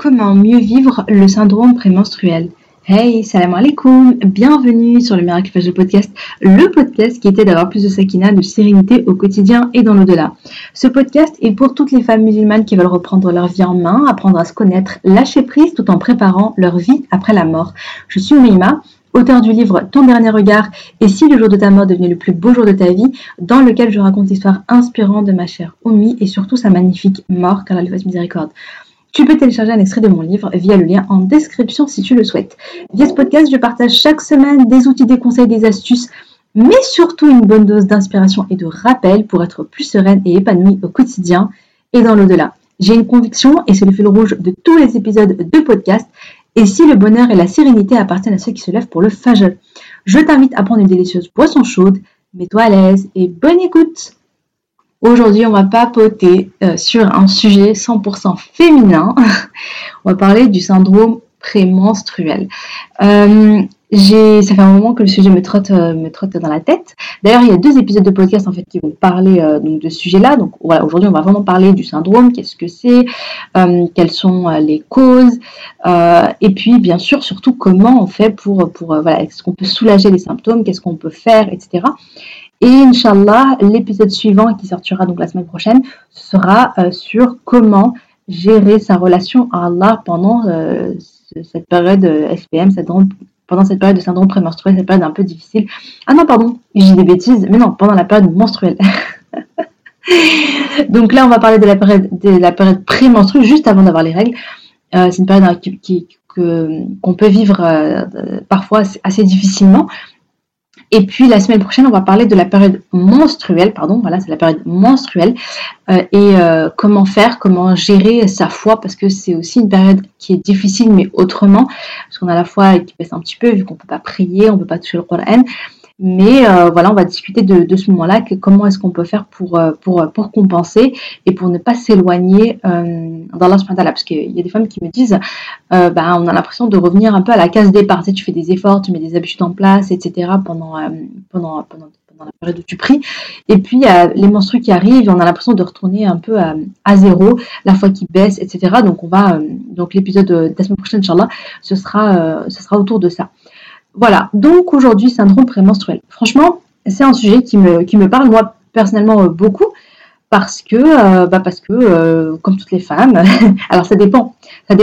Comment mieux vivre le syndrome prémenstruel? Hey, salam alaikum, bienvenue sur le Miracle Fajr Podcast, le podcast qui était d'avoir plus de sakina, de sérénité au quotidien et dans l'au-delà. Ce podcast est pour toutes les femmes musulmanes qui veulent reprendre leur vie en main, apprendre à se connaître, lâcher prise tout en préparant leur vie après la mort. Je suis Oumeima, auteur du livre Ton dernier regard et si le jour de ta mort devenait le plus beau jour de ta vie, dans lequel je raconte l'histoire inspirante de ma chère Oumi et surtout sa magnifique mort, car elle lui fasse miséricorde. Tu peux télécharger un extrait de mon livre via le lien en description si tu le souhaites. Via ce podcast, je partage chaque semaine des outils, des conseils, des astuces, mais surtout une bonne dose d'inspiration et de rappel pour être plus sereine et épanouie au quotidien et dans l'au-delà. J'ai une conviction et c'est le fil rouge de tous les épisodes de podcast. Et si le bonheur et la sérénité appartiennent à ceux qui se lèvent pour le fajr, je t'invite à prendre une délicieuse boisson chaude, mets-toi à l'aise et bonne écoute! Aujourd'hui, on va papoter sur un sujet 100% féminin. On va parler du syndrome prémenstruel. Ça fait un moment que le sujet me trotte dans la tête. D'ailleurs, il y a 2 épisodes de podcast en fait qui vont parler donc de ce sujet-là. Donc voilà, aujourd'hui, on va vraiment parler du syndrome, qu'est-ce que c'est, quelles sont les causes, et puis bien sûr, surtout comment on fait pour voilà, est-ce qu'on peut soulager les symptômes, qu'est-ce qu'on peut faire, etc. Et Inch'Allah, l'épisode suivant qui sortira donc la semaine prochaine, sera sur comment gérer sa relation à Allah pendant cette période SPM, pendant cette période de syndrome prémenstruel, cette période un peu difficile. Ah non, pardon, j'ai dit des bêtises, mais non, pendant la période menstruelle. Donc là, on va parler de la période prémenstruelle, juste avant d'avoir les règles. C'est une période qu'on peut vivre parfois assez difficilement. Et puis la semaine prochaine, on va parler de la période menstruelle, voilà, c'est la période menstruelle, et comment gérer sa foi, parce que c'est aussi une période qui est difficile, mais autrement, parce qu'on a la foi qui baisse un petit peu, vu qu'on ne peut pas prier, on ne peut pas toucher le Coran, mais voilà, on va discuter de ce moment-là, comment est-ce qu'on peut faire pour compenser et pour ne pas s'éloigner d'Allah subhanahu wa ta'ala, parce qu'il y a des femmes qui me disent on a l'impression de revenir un peu à la case départ, tu sais, tu fais des efforts, tu mets des habitudes en place, etc. pendant la période où tu pries, et puis il y a les menstrues qui arrivent et on a l'impression de retourner un peu à zéro, la foi qui baisse, etc. Donc l'épisode de la semaine prochaine, Inch'Allah, ce sera autour de ça. Voilà, donc aujourd'hui, syndrome prémenstruel. Franchement, c'est un sujet qui me parle, moi, personnellement, beaucoup, parce que comme toutes les femmes, alors ça dépend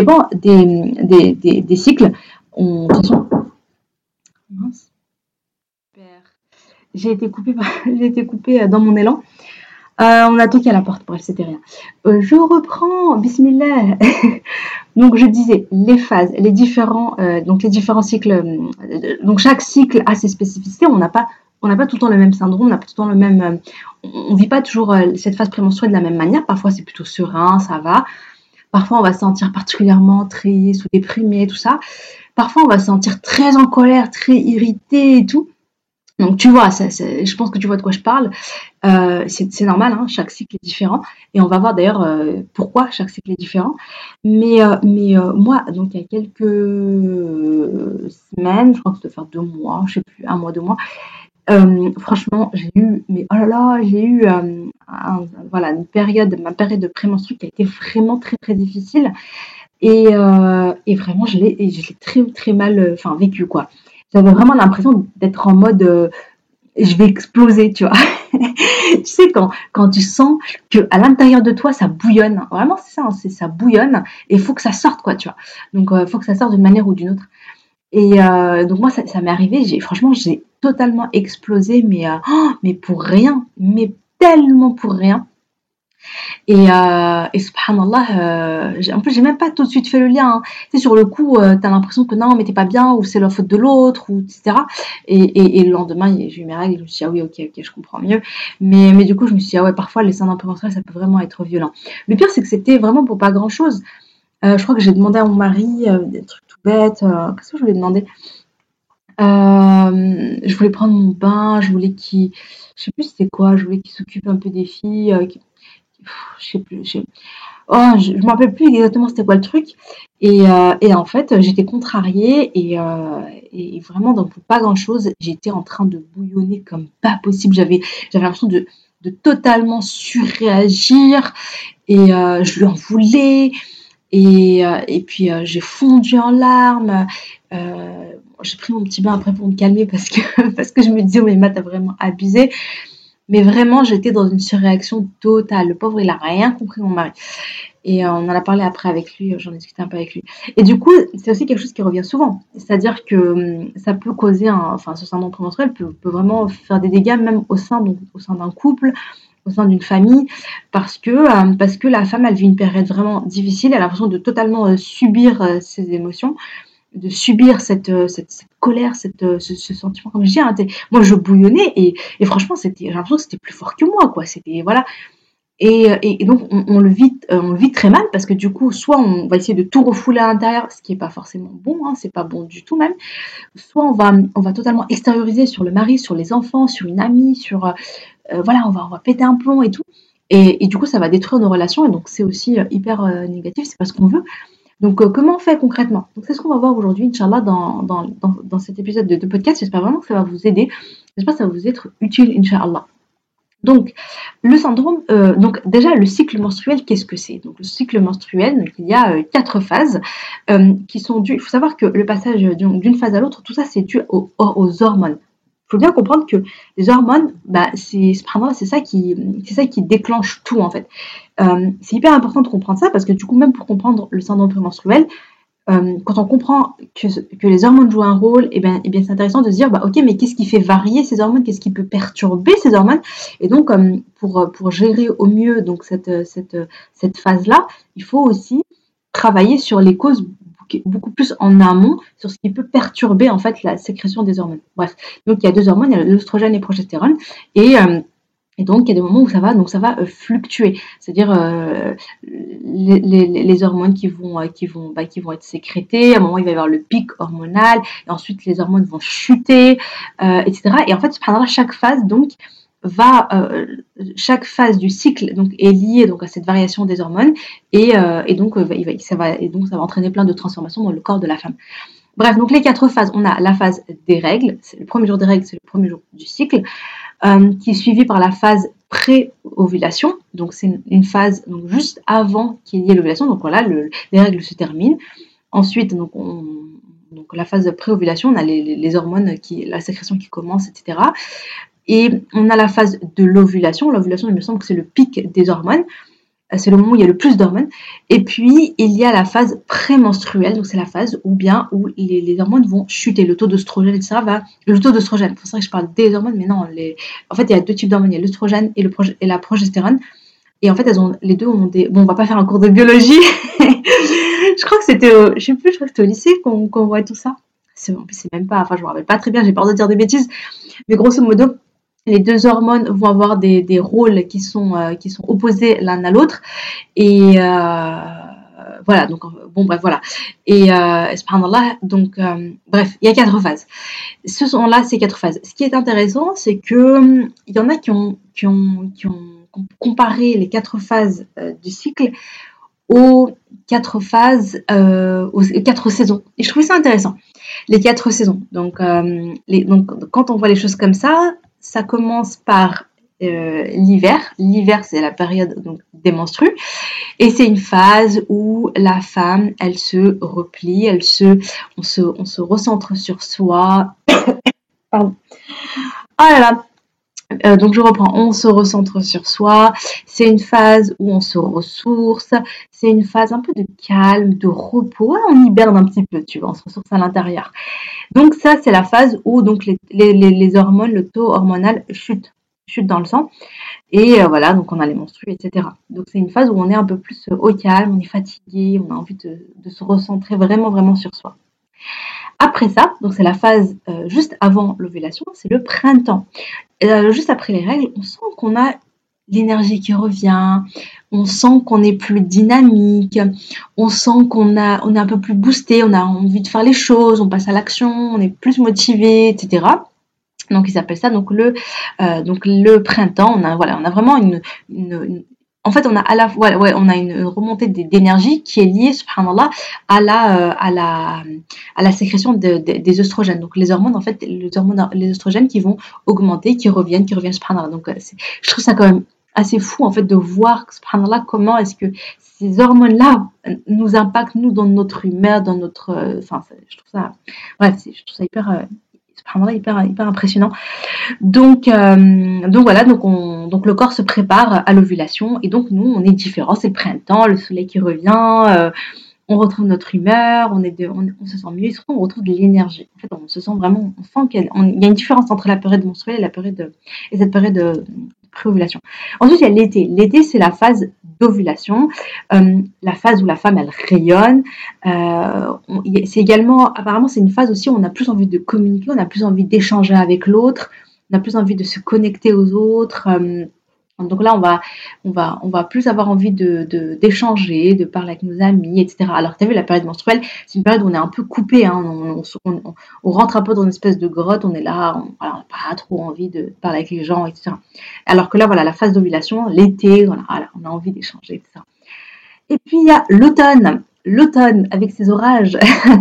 des cycles. Attention. Mince. Super. J'ai été coupée dans mon élan. On a toqué à la porte, bref, c'était rien. Je reprends, bismillah. Donc je disais, les phases, les différents cycles, donc chaque cycle a ses spécificités, on n'a pas tout le temps le même syndrome, on n'a pas tout le temps le même, on vit pas toujours cette phase prémenstruelle de la même manière, parfois c'est plutôt serein, ça va, parfois on va se sentir particulièrement triste ou déprimé, tout ça, parfois on va se sentir très en colère, très irrité et tout. Donc tu vois, je pense que tu vois de quoi je parle. C'est normal, hein, chaque cycle est différent. Et on va voir d'ailleurs pourquoi chaque cycle est différent. Mais moi, donc il y a quelques semaines, je crois que ça doit faire 2 mois, je sais plus, 1 mois, 2 mois. Franchement, j'ai eu ma période de prémenstru qui a été vraiment très très difficile. Et vraiment, je l'ai très très mal vécu, quoi. J'avais vraiment l'impression d'être en mode je vais exploser, tu vois. Tu sais, quand tu sens qu'à l'intérieur de toi, ça bouillonne. Vraiment, c'est ça, ça bouillonne et il faut que ça sorte, quoi, tu vois. Donc, il faut que ça sorte d'une manière ou d'une autre. Et donc, moi, ça m'est arrivé. J'ai totalement explosé, mais pour rien. Mais tellement pour rien. Et subhanallah, en plus j'ai même pas tout de suite fait le lien, hein. Tu sais, sur le coup, t'as l'impression que non, mais t'es pas bien, ou c'est la faute de l'autre, ou etc. Et le lendemain, j'ai eu mes règles, et je me suis dit, ah oui, ok, je comprends mieux. Mais du coup, je me suis dit, ah ouais, parfois les syndromes prémenstruels, ça peut vraiment être violent. Le pire, c'est que c'était vraiment pour pas grand chose. Je crois que j'ai demandé à mon mari des trucs tout bêtes. Qu'est-ce que je lui ai demandé? Je voulais prendre mon bain, je sais plus c'était quoi, je voulais qu'il s'occupe un peu des filles, je sais plus, je me rappelle plus exactement c'était quoi le truc. Et en fait, j'étais contrariée et vraiment, donc pour pas grand chose, j'étais en train de bouillonner comme pas possible. J'avais l'impression de totalement surréagir et je lui en voulais. Et puis j'ai fondu en larmes. Euh, j'ai pris mon petit bain après pour me calmer parce que, parce que je me disais, oh, mais Matt a vraiment abusé. Mais vraiment, j'étais dans une surréaction totale. Le pauvre, il a rien compris, mon mari. Et on en a parlé après avec lui, j'en ai discuté un peu avec lui. Et du coup, c'est aussi quelque chose qui revient souvent. C'est-à-dire que ça peut causer, enfin, ce syndrome prémenstruel peut vraiment faire des dégâts même au sein d'un couple, au sein d'une famille, parce que la femme, elle vit une période vraiment difficile, elle a l'impression de totalement subir ses émotions, de subir cette colère, ce sentiment, comme je dis, hein, moi je bouillonnais et franchement, j'ai l'impression que c'était plus fort que moi, quoi. C'était, voilà. Et donc, on le vit très mal parce que du coup, soit on va essayer de tout refouler à l'intérieur, ce qui n'est pas forcément bon, hein, c'est pas bon du tout même, soit on va totalement extérioriser sur le mari, sur les enfants, sur une amie, voilà, on va péter un plomb et tout. Et du coup, ça va détruire nos relations et donc c'est aussi hyper négatif, c'est pas ce qu'on veut. Donc, comment on fait concrètement? Donc, c'est ce qu'on va voir aujourd'hui, Inch'Allah, dans cet épisode de podcast. J'espère vraiment que ça va vous aider. J'espère que ça va vous être utile, Inch'Allah. Donc, le syndrome, donc déjà le cycle menstruel, qu'est-ce que c'est? Donc le cycle menstruel, donc, il y a 4 phases qui sont dues. Il faut savoir que le passage d'une phase à l'autre, tout ça c'est dû aux hormones. Il faut bien comprendre que les hormones, bah, c'est ça qui déclenche tout en fait. C'est hyper important de comprendre ça parce que du coup, même pour comprendre le syndrome prémenstruel, quand on comprend que les hormones jouent un rôle, et bien c'est intéressant de se dire, bah, ok, mais qu'est-ce qui fait varier ces hormones? Qu'est-ce qui peut perturber ces hormones? Et donc, pour gérer au mieux donc, cette phase-là, il faut aussi travailler sur les causes beaucoup plus en amont, sur ce qui peut perturber en fait la sécrétion des hormones. Bref, donc il y a 2 hormones, il y a l'œstrogène et le progestérone, et donc, il y a des moments où ça va fluctuer, c'est-à-dire les hormones qui vont être sécrétées. À un moment, il va y avoir le pic hormonal, et ensuite les hormones vont chuter, etc. Et en fait, subhanallah, chaque phase du cycle donc est liée donc à cette variation des hormones, et donc ça va entraîner plein de transformations dans le corps de la femme. Bref, donc les 4 phases, on a la phase des règles, c'est le premier jour des règles, c'est le premier jour du cycle. Qui est suivie par la phase pré-ovulation. Donc, c'est une phase donc, juste avant qu'il y ait l'ovulation. Donc, voilà, les règles se terminent. Ensuite, donc, la phase pré-ovulation, on a les hormones, la sécrétion qui commence, etc. Et on a la phase de l'ovulation. L'ovulation, il me semble que c'est le pic des hormones. C'est le moment où il y a le plus d'hormones. Et puis, il y a la phase prémenstruelle, donc c'est la phase où les hormones vont chuter, le taux d'œstrogène, etc. Le taux d'œstrogène, c'est pour ça que je parle des hormones, mais non, en fait, il y a 2 types d'hormones, il y a l'œstrogène et la progestérone. Et en fait, les deux ont des... Bon, on va pas faire un cours de biologie. Je crois que c'était je sais plus, je crois que c'était au lycée qu'on voit tout ça. En plus, c'est même pas... Enfin, je me rappelle pas très bien, j'ai peur de dire des bêtises. Mais grosso modo, les 2 hormones vont avoir des rôles qui sont opposés l'un à l'autre. Et voilà, donc bon, bref, voilà. Et subhanallah, donc bref, il y a 4 phases. Ce sont là ces 4 phases. Ce qui est intéressant, c'est que il y en a qui ont comparé les 4 phases du cycle aux 4 phases, aux 4 saisons. Et je trouvais ça intéressant. Les 4 saisons. Donc, quand on voit les choses comme ça commence par l'hiver. L'hiver, c'est la période donc, des menstrues. Et c'est une phase où la femme, elle se replie, on se recentre sur soi. Pardon. Ah là là. Donc je reprends, on se recentre sur soi, c'est une phase où on se ressource, c'est une phase un peu de calme, de repos, on hiberne un petit peu, tu vois, on se ressource à l'intérieur. Donc ça, c'est la phase où donc les hormones, le taux hormonal chute dans le sang, et voilà, donc on a les menstrues, etc. Donc c'est une phase où on est un peu plus au calme, on est fatigué, on a envie de se recentrer vraiment, vraiment sur soi. Après ça, donc c'est la phase juste avant l'ovulation, c'est le printemps. Juste après les règles, on sent qu'on a l'énergie qui revient, on sent qu'on est plus dynamique, on sent qu'on est un peu plus boosté, on a envie de faire les choses, on passe à l'action, on est plus motivé, etc. Donc ils appellent ça donc le printemps. On a vraiment en fait, on a on a une remontée d'énergie qui est liée, subhanallah, à la sécrétion des œstrogènes. Donc les hormones, en fait, les œstrogènes qui vont augmenter, qui reviennent, subhanallah. Donc je trouve ça quand même assez fou en fait de voir, subhanallah, comment est-ce que ces hormones-là nous impactent nous dans notre humeur, dans notre, enfin, je trouve ça, bref, je trouve ça hyper, subhanallah, hyper impressionnant. Donc voilà, donc le corps se prépare à l'ovulation et donc nous on est différents, c'est le printemps, le soleil qui revient, on retrouve notre humeur, on se sent mieux et surtout on retrouve de l'énergie. En fait, on se sent vraiment, on sent qu'il y a une différence entre la période menstruelle et cette période de pré-ovulation. Ensuite, il y a l'été. L'été, c'est la phase d'ovulation, la phase où la femme elle rayonne. C'est également, apparemment, c'est une phase aussi où on a plus envie de communiquer, on a plus envie d'échanger avec l'autre, on a plus envie de se connecter aux autres. Donc là, on va plus avoir envie d'échanger, de parler avec nos amis, etc. Alors que tu as vu, la période menstruelle, c'est une période où on est un peu coupé, hein, on rentre un peu dans une espèce de grotte, on est là, voilà, on n'a pas trop envie de parler avec les gens, etc. Alors que là, voilà, la phase d'ovulation, l'été, voilà, on a envie d'échanger, etc. Et puis il y a l'automne avec ses orages.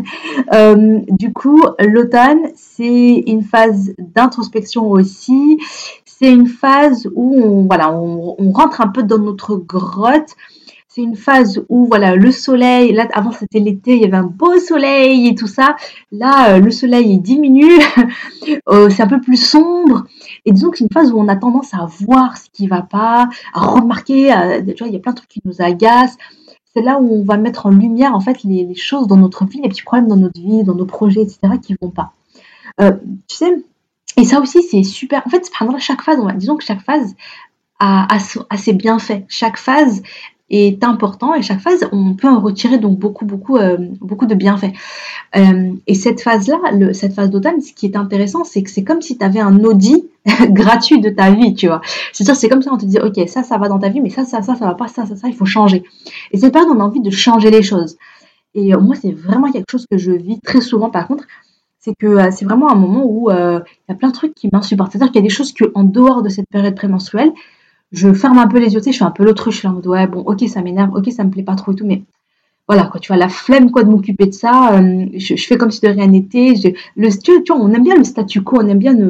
Du coup, l'automne, c'est une phase d'introspection aussi. C'est une phase où on rentre un peu dans notre grotte. C'est une phase où voilà le soleil. Là, avant c'était l'été, il y avait un beau soleil et tout ça. Là, le soleil il diminue. C'est un peu plus sombre. Et disons que c'est une phase où on a tendance à voir ce qui va pas, à remarquer. Tu vois, il y a plein de trucs qui nous agacent. C'est là où on va mettre en lumière en fait les choses dans notre vie, les petits problèmes dans notre vie, dans nos projets, etc. qui vont pas. Euh, Tu sais, et ça aussi c'est super. En fait, pendant chaque phase, disons que chaque phase a ses bienfaits. Chaque phase est important et chaque phase on peut en retirer donc beaucoup de bienfaits. Et cette phase-là, cette phase d'automne, ce qui est intéressant, c'est que c'est comme si tu avais un audit gratuit de ta vie, tu vois. C'est-à-dire, c'est comme si on te dit, ok, ça va dans ta vie, mais ça va pas, ça, il faut changer. Et cette période, on a envie de changer les choses. Et moi, c'est vraiment quelque chose que je vis très souvent, par contre, c'est que c'est vraiment un moment où il y a plein de trucs qui m'insupportent. C'est-à-dire qu'il y a des choses que, en dehors de cette période prémenstruelle, je ferme un peu les yeux, tu sais, je fais un peu l'autruche, je suis en mode, ouais, bon, ok, ça m'énerve, ok, ça me plaît pas trop et tout, mais voilà, quoi, tu vois, la flemme, quoi, de m'occuper de ça. Je fais comme si de rien n'était. Tu vois, on aime bien le statu quo, on aime bien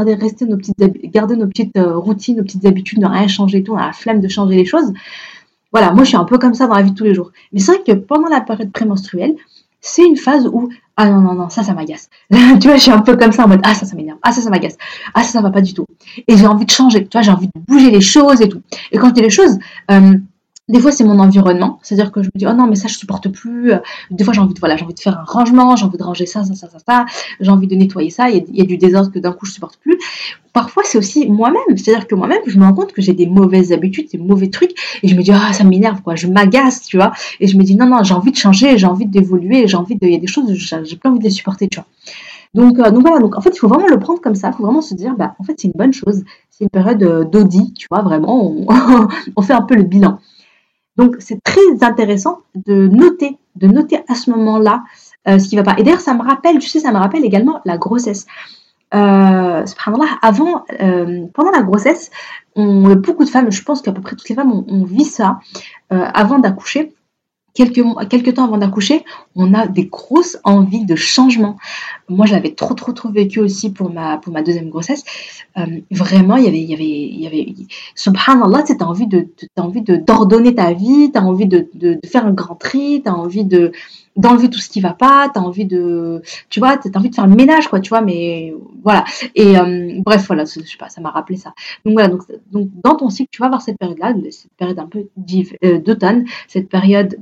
garder nos petites routines, nos petites habitudes, ne rien changer et tout. On a la flemme de changer les choses. Voilà, moi, je suis un peu comme ça dans la vie de tous les jours. Mais c'est vrai que pendant la période prémenstruelle, c'est une phase où, ah non, non, non, ça m'agace. Tu vois, je suis un peu comme ça en mode, ah, ça m'énerve. Ah, ça m'agace. Ah, ça va pas du tout. Et j'ai envie de changer. Tu vois, j'ai envie de bouger les choses et tout. Et quand je dis les choses, des fois, c'est mon environnement. C'est-à-dire que je me dis, oh non, mais ça, je supporte plus. Des fois, j'ai envie de faire un rangement, j'ai envie de ranger ça. J'ai envie de nettoyer ça. Il y a du désordre que d'un coup, je supporte plus. Parfois, c'est aussi moi-même. C'est-à-dire que moi-même, je me rends compte que j'ai des mauvaises habitudes, des mauvais trucs. Et je me dis, ah, ça m'énerve, quoi. Je m'agace, tu vois. Et je me dis, non, non, j'ai envie de changer, j'ai envie d'évoluer, il y a des choses, j'ai pas envie de les supporter, tu vois. Donc voilà, donc en fait, il faut vraiment le prendre comme ça. Il faut vraiment se dire, bah, en fait, c'est une bonne chose. C'est une période d'audit, tu vois, vraiment. On fait un peu le bilan. Donc, c'est très intéressant de noter à ce moment-là ce qui va pas. Et d'ailleurs, ça me rappelle également la grossesse. Subhanallah, pendant la grossesse, beaucoup de femmes, je pense qu'à peu près toutes les femmes ont vit ça avant d'accoucher. Quelques temps avant d'accoucher, on a des grosses envies de changement. Moi, j'avais trop vécu aussi pour ma deuxième grossesse. Vraiment, il y avait, subhanallah, tu as envie d'ordonner ta vie, tu as envie de faire un grand tri, tu as envie d'enlever tout ce qui va pas, tu vois, t'as envie de faire le ménage, quoi, tu vois, mais voilà. Et bref, voilà, je sais pas, ça m'a rappelé ça. Donc voilà, donc dans ton cycle, tu vas avoir cette période-là, cette période un peu d'automne, cette période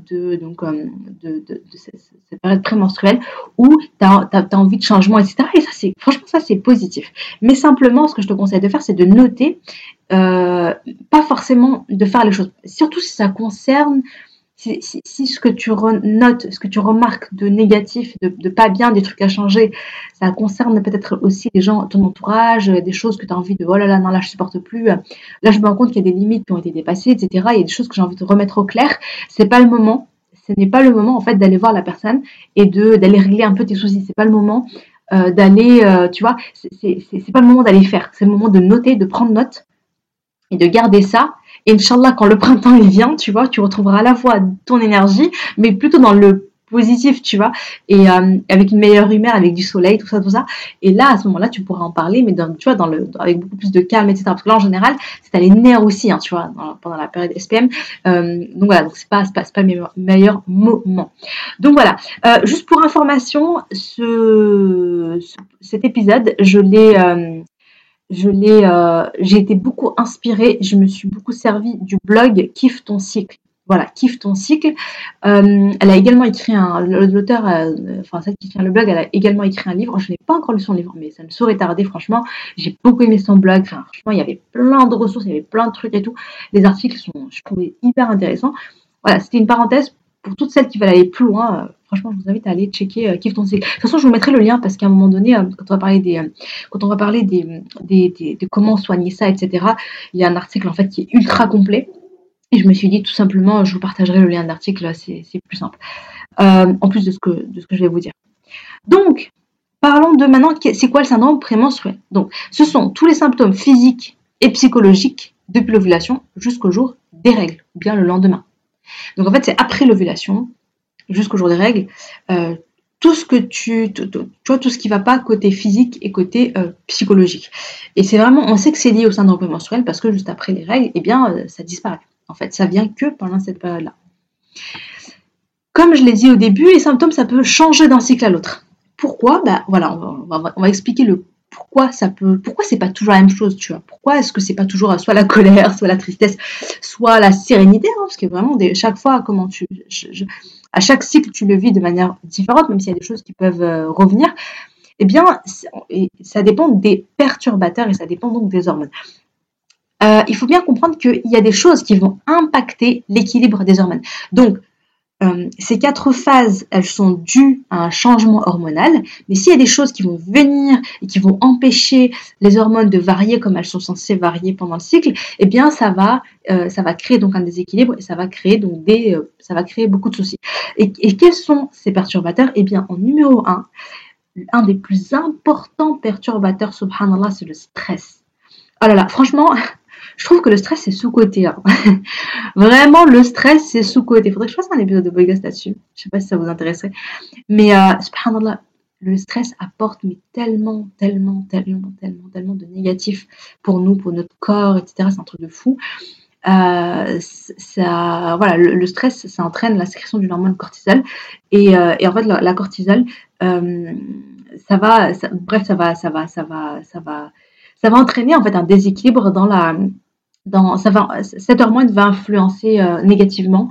cette période prémenstruelle où tu as envie de changement, etc. Et ça, franchement, ça, c'est positif. Mais simplement, ce que je te conseille de faire, c'est de noter, pas forcément de faire les choses. Surtout si ça concerne, si ce que tu notes, ce que tu remarques de négatif, de pas bien, des trucs à changer, ça concerne peut-être aussi les gens, ton entourage, des choses que tu as envie de, oh là là, non, là, je supporte plus. Là, je me rends compte qu'il y a des limites qui ont été dépassées, etc. Il y a des choses que j'ai envie de remettre au clair. C'est pas le moment. Ce n'est pas le moment, en fait, d'aller voir la personne et d'aller régler un peu tes soucis. C'est pas le moment d'aller, tu vois, c'est pas le moment d'aller faire. C'est le moment de noter, de prendre note et de garder ça. Et Inch'Allah, quand le printemps il vient, tu vois, tu retrouveras à la fois ton énergie, mais plutôt dans le positif, tu vois, et avec une meilleure humeur, avec du soleil, tout ça, tout ça. Et là, à ce moment-là, tu pourras en parler, mais tu vois, avec beaucoup plus de calme, etc. Parce que là, en général, c'est à les nerfs aussi, hein, tu vois, pendant la période SPM. Donc voilà, donc c'est pas le meilleur moment. Donc voilà, juste pour information, cet épisode, j'ai été beaucoup inspirée, je me suis beaucoup servi du blog Kiffe ton cycle. Voilà, Kiffe ton cycle. Elle a également écrit l'auteur, enfin celle qui tient le blog, elle a également écrit un livre. Je n'ai pas encore lu son livre, mais ça ne saurait tarder, franchement. J'ai beaucoup aimé son blog. Enfin, franchement, il y avait plein de ressources, il y avait plein de trucs et tout. Les articles je trouvais hyper intéressants. Voilà, c'était une parenthèse pour toutes celles qui veulent aller plus loin. Franchement, je vous invite à aller checker Kiffe ton cycle. De toute façon, je vous mettrai le lien parce qu'à un moment donné, quand on va parler de comment soigner ça, etc., il y a un article en fait qui est ultra complet. Et je me suis dit tout simplement, je vous partagerai le lien de l'article, c'est plus simple. En plus de ce que je vais vous dire. Donc, parlons de maintenant, c'est quoi le syndrome prémenstruel? Donc, ce sont tous les symptômes physiques et psychologiques depuis l'ovulation jusqu'au jour des règles, ou bien le lendemain. Donc en fait, c'est après l'ovulation jusqu'au jour des règles. Tout ce que tu vois, tout ce qui va pas côté physique et côté psychologique. Et c'est vraiment, on sait que c'est lié au syndrome prémenstruel parce que juste après les règles, eh bien, ça disparaît. En fait, ça vient que pendant cette période-là. Comme je l'ai dit au début, les symptômes, ça peut changer d'un cycle à l'autre. Pourquoi? Bah voilà, on va expliquer pourquoi c'est pas toujours la même chose, tu vois. Pourquoi est-ce que c'est pas toujours soit la colère, soit la tristesse, soit la sérénité, hein, parce que vraiment, chaque fois, à chaque cycle, tu le vis de manière différente, même s'il y a des choses qui peuvent revenir. Eh bien, ça dépend des perturbateurs et ça dépend donc des hormones. Il faut bien comprendre qu'il y a des choses qui vont impacter l'équilibre des hormones. Donc, ces 4 phases, elles sont dues à un changement hormonal, mais s'il y a des choses qui vont venir et qui vont empêcher les hormones de varier comme elles sont censées varier pendant le cycle, eh bien ça va créer donc un déséquilibre et ça va créer beaucoup de soucis. Et quels sont ces perturbateurs? Eh bien en numéro 1, un des plus importants perturbateurs, subhanallah, c'est le stress. Oh là là, franchement, je trouve que le stress c'est sous-coté. Hein. Vraiment, le stress c'est sous-coté. Faudrait que je fasse un épisode de podcast là-dessus. Je sais pas si ça vous intéresserait. Mais subhanallah, le stress apporte tellement de négatifs pour nous, pour notre corps, etc. C'est un truc de fou. Voilà, le stress, ça entraîne la sécrétion d'une hormone cortisol. Et en fait, la cortisol, ça va entraîner en fait un déséquilibre cette hormone va influencer négativement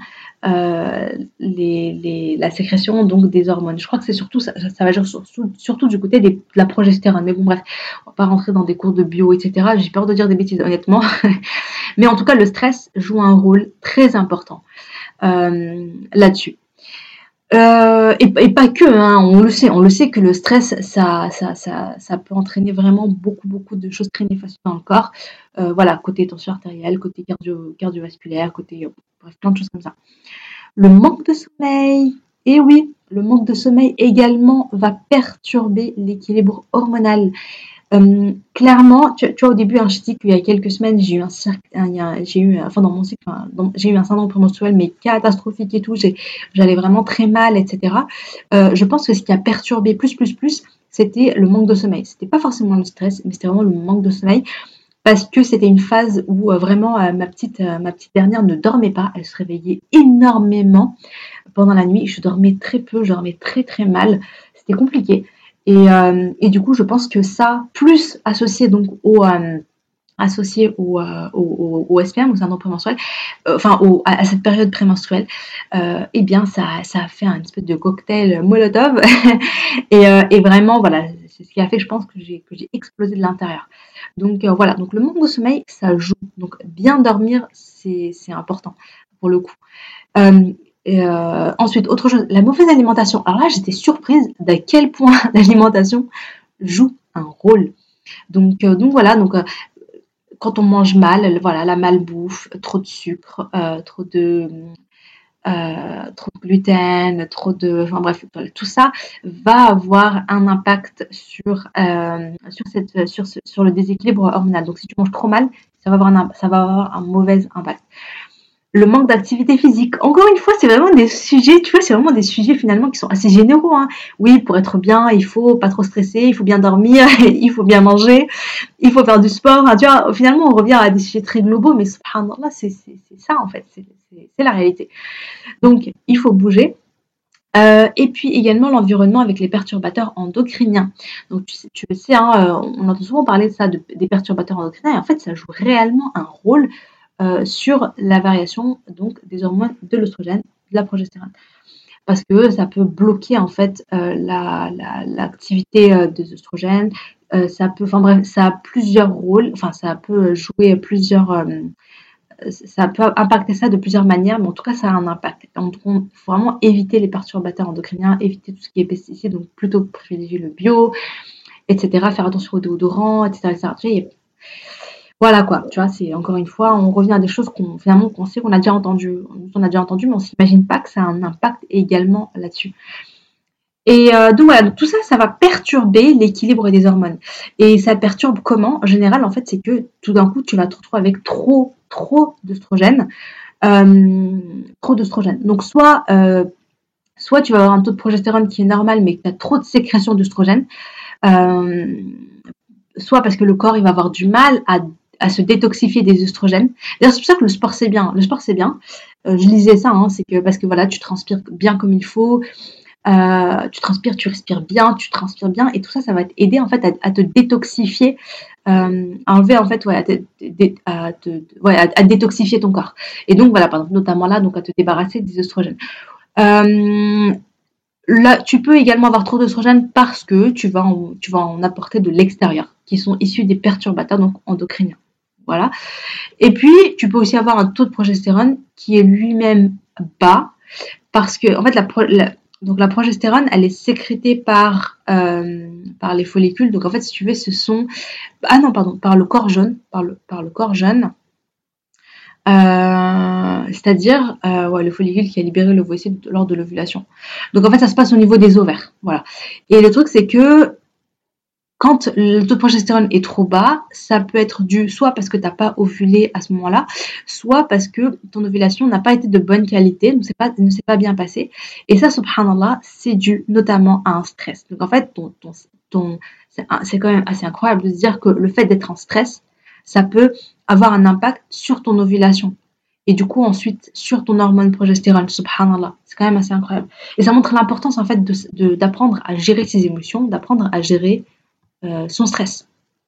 la sécrétion donc des hormones. Je crois que c'est surtout ça va agir surtout du côté de la progestérone. Mais bon bref, on va pas rentrer dans des cours de bio, etc. J'ai peur de dire des bêtises honnêtement. Mais en tout cas, le stress joue un rôle très important là-dessus. Et pas que, hein, on le sait que le stress, ça peut entraîner vraiment beaucoup de choses très néfastes dans le corps. Voilà, côté tension artérielle, côté cardiovasculaire, côté bref, plein de choses comme ça. Le manque de sommeil, et oui, le manque de sommeil également va perturber l'équilibre hormonal. Clairement, tu vois, au début, je dis qu'il y a quelques semaines, j'ai eu un syndrome prémenstruel, mais catastrophique et tout. J'allais vraiment très mal, etc. Je pense que ce qui a perturbé plus, c'était le manque de sommeil. C'était pas forcément le stress, mais c'était vraiment le manque de sommeil. Parce que c'était une phase où vraiment ma petite dernière ne dormait pas. Elle se réveillait énormément pendant la nuit. Je dormais très peu, je dormais très très mal. C'était compliqué. Et du coup, je pense que ça, plus associé donc au SPM, au syndrome prémenstruel, à cette période prémenstruelle, eh bien, ça a fait un espèce de cocktail Molotov. et vraiment, voilà, c'est ce qui a fait, je pense, que j'ai explosé de l'intérieur. Donc voilà, donc le manque de sommeil, ça joue. Donc bien dormir, c'est important pour le coup. Ensuite, autre chose, la mauvaise alimentation. Alors là, j'étais surprise d'à quel point l'alimentation joue un rôle. Donc voilà, quand on mange mal, voilà, la malbouffe, trop de sucre, trop de gluten, enfin bref, tout ça va avoir un impact sur le déséquilibre hormonal. Donc si tu manges trop mal, ça va avoir un mauvais impact. le manque d'activité physique. Encore une fois, c'est vraiment des sujets, tu vois, c'est vraiment des sujets finalement qui sont assez généraux, hein. Oui, pour être bien, il faut pas trop stresser, il faut bien dormir, il faut bien manger, il faut faire du sport. Hein, tu vois, finalement, on revient à des sujets très globaux, mais subhanallah, c'est ça en fait, c'est la réalité. Donc, il faut bouger. Et puis également l'environnement avec les perturbateurs endocriniens. Donc tu le sais, hein, on entend souvent parler de ça, des perturbateurs endocriniens, et en fait ça joue réellement un rôle sur la variation donc des hormones de l'œstrogène, de la progestérone. Parce que ça peut bloquer en fait l'activité des œstrogènes, ça peut, enfin bref, ça a plusieurs rôles, enfin ça peut jouer plusieurs ça peut impacter ça de plusieurs manières, mais en tout cas, ça a un impact. Donc, il faut vraiment éviter les perturbateurs endocriniens, éviter tout ce qui est pesticides, donc plutôt privilégier le bio, etc. Faire attention aux déodorants, etc. etc. Tu vois, voilà quoi, tu vois, c'est encore une fois, on revient à des choses qu'on finalement qu'on sait qu'on a déjà entendu, on a déjà entendu, mais on s'imagine pas que ça a un impact également là-dessus. Et donc voilà, donc tout ça, ça va perturber l'équilibre des hormones. Et ça perturbe comment? En général, en fait, c'est que tout d'un coup, tu vas te retrouver avec trop d'œstrogène. Trop d'œstrogène. Donc soit tu vas avoir un taux de progestérone qui est normal, mais que tu as trop de sécrétion d'œstrogène, euh, soit parce que le corps il va avoir du mal à se détoxifier des œstrogènes. D'ailleurs, c'est pour ça que le sport c'est bien. Le sport c'est bien. Je lisais ça, hein, c'est que parce que voilà, tu transpires bien comme il faut, tu transpires, tu respires bien, tu transpires bien, et tout ça, ça va t'aider en fait à te détoxifier, à enlever en fait, ouais, à détoxifier ton corps. Et donc voilà, par exemple, notamment là, donc à te débarrasser des oestrogènes. Euh, Là, tu peux également avoir trop d'oestrogènes parce que tu vas en apporter de l'extérieur, qui sont issus des perturbateurs donc endocriniens. Voilà. Et puis, tu peux aussi avoir un taux de progestérone qui est lui-même bas parce que, en fait, donc la progestérone, elle est sécrétée par les follicules. Donc, en fait, si tu veux, ce sont... Ah non, pardon, par le corps jaune. Par le corps jaune. C'est-à-dire ouais, le follicule qui a libéré l'ovocyte lors de l'ovulation. Donc, en fait, ça se passe au niveau des ovaires. Voilà. Et le truc, c'est que quand le taux de progestérone est trop bas, ça peut être dû soit parce que tu n'as pas ovulé à ce moment-là, soit parce que ton ovulation n'a pas été de bonne qualité, donc ne s'est pas bien passé. Et ça, subhanallah, c'est dû notamment à un stress. Donc en fait, c'est quand même assez incroyable de se dire que le fait d'être en stress, ça peut avoir un impact sur ton ovulation. Et du coup, ensuite, sur ton hormone progestérone, subhanallah. C'est quand même assez incroyable. Et ça montre l'importance, en fait, d'apprendre à gérer ses émotions, d'apprendre à gérer son stress.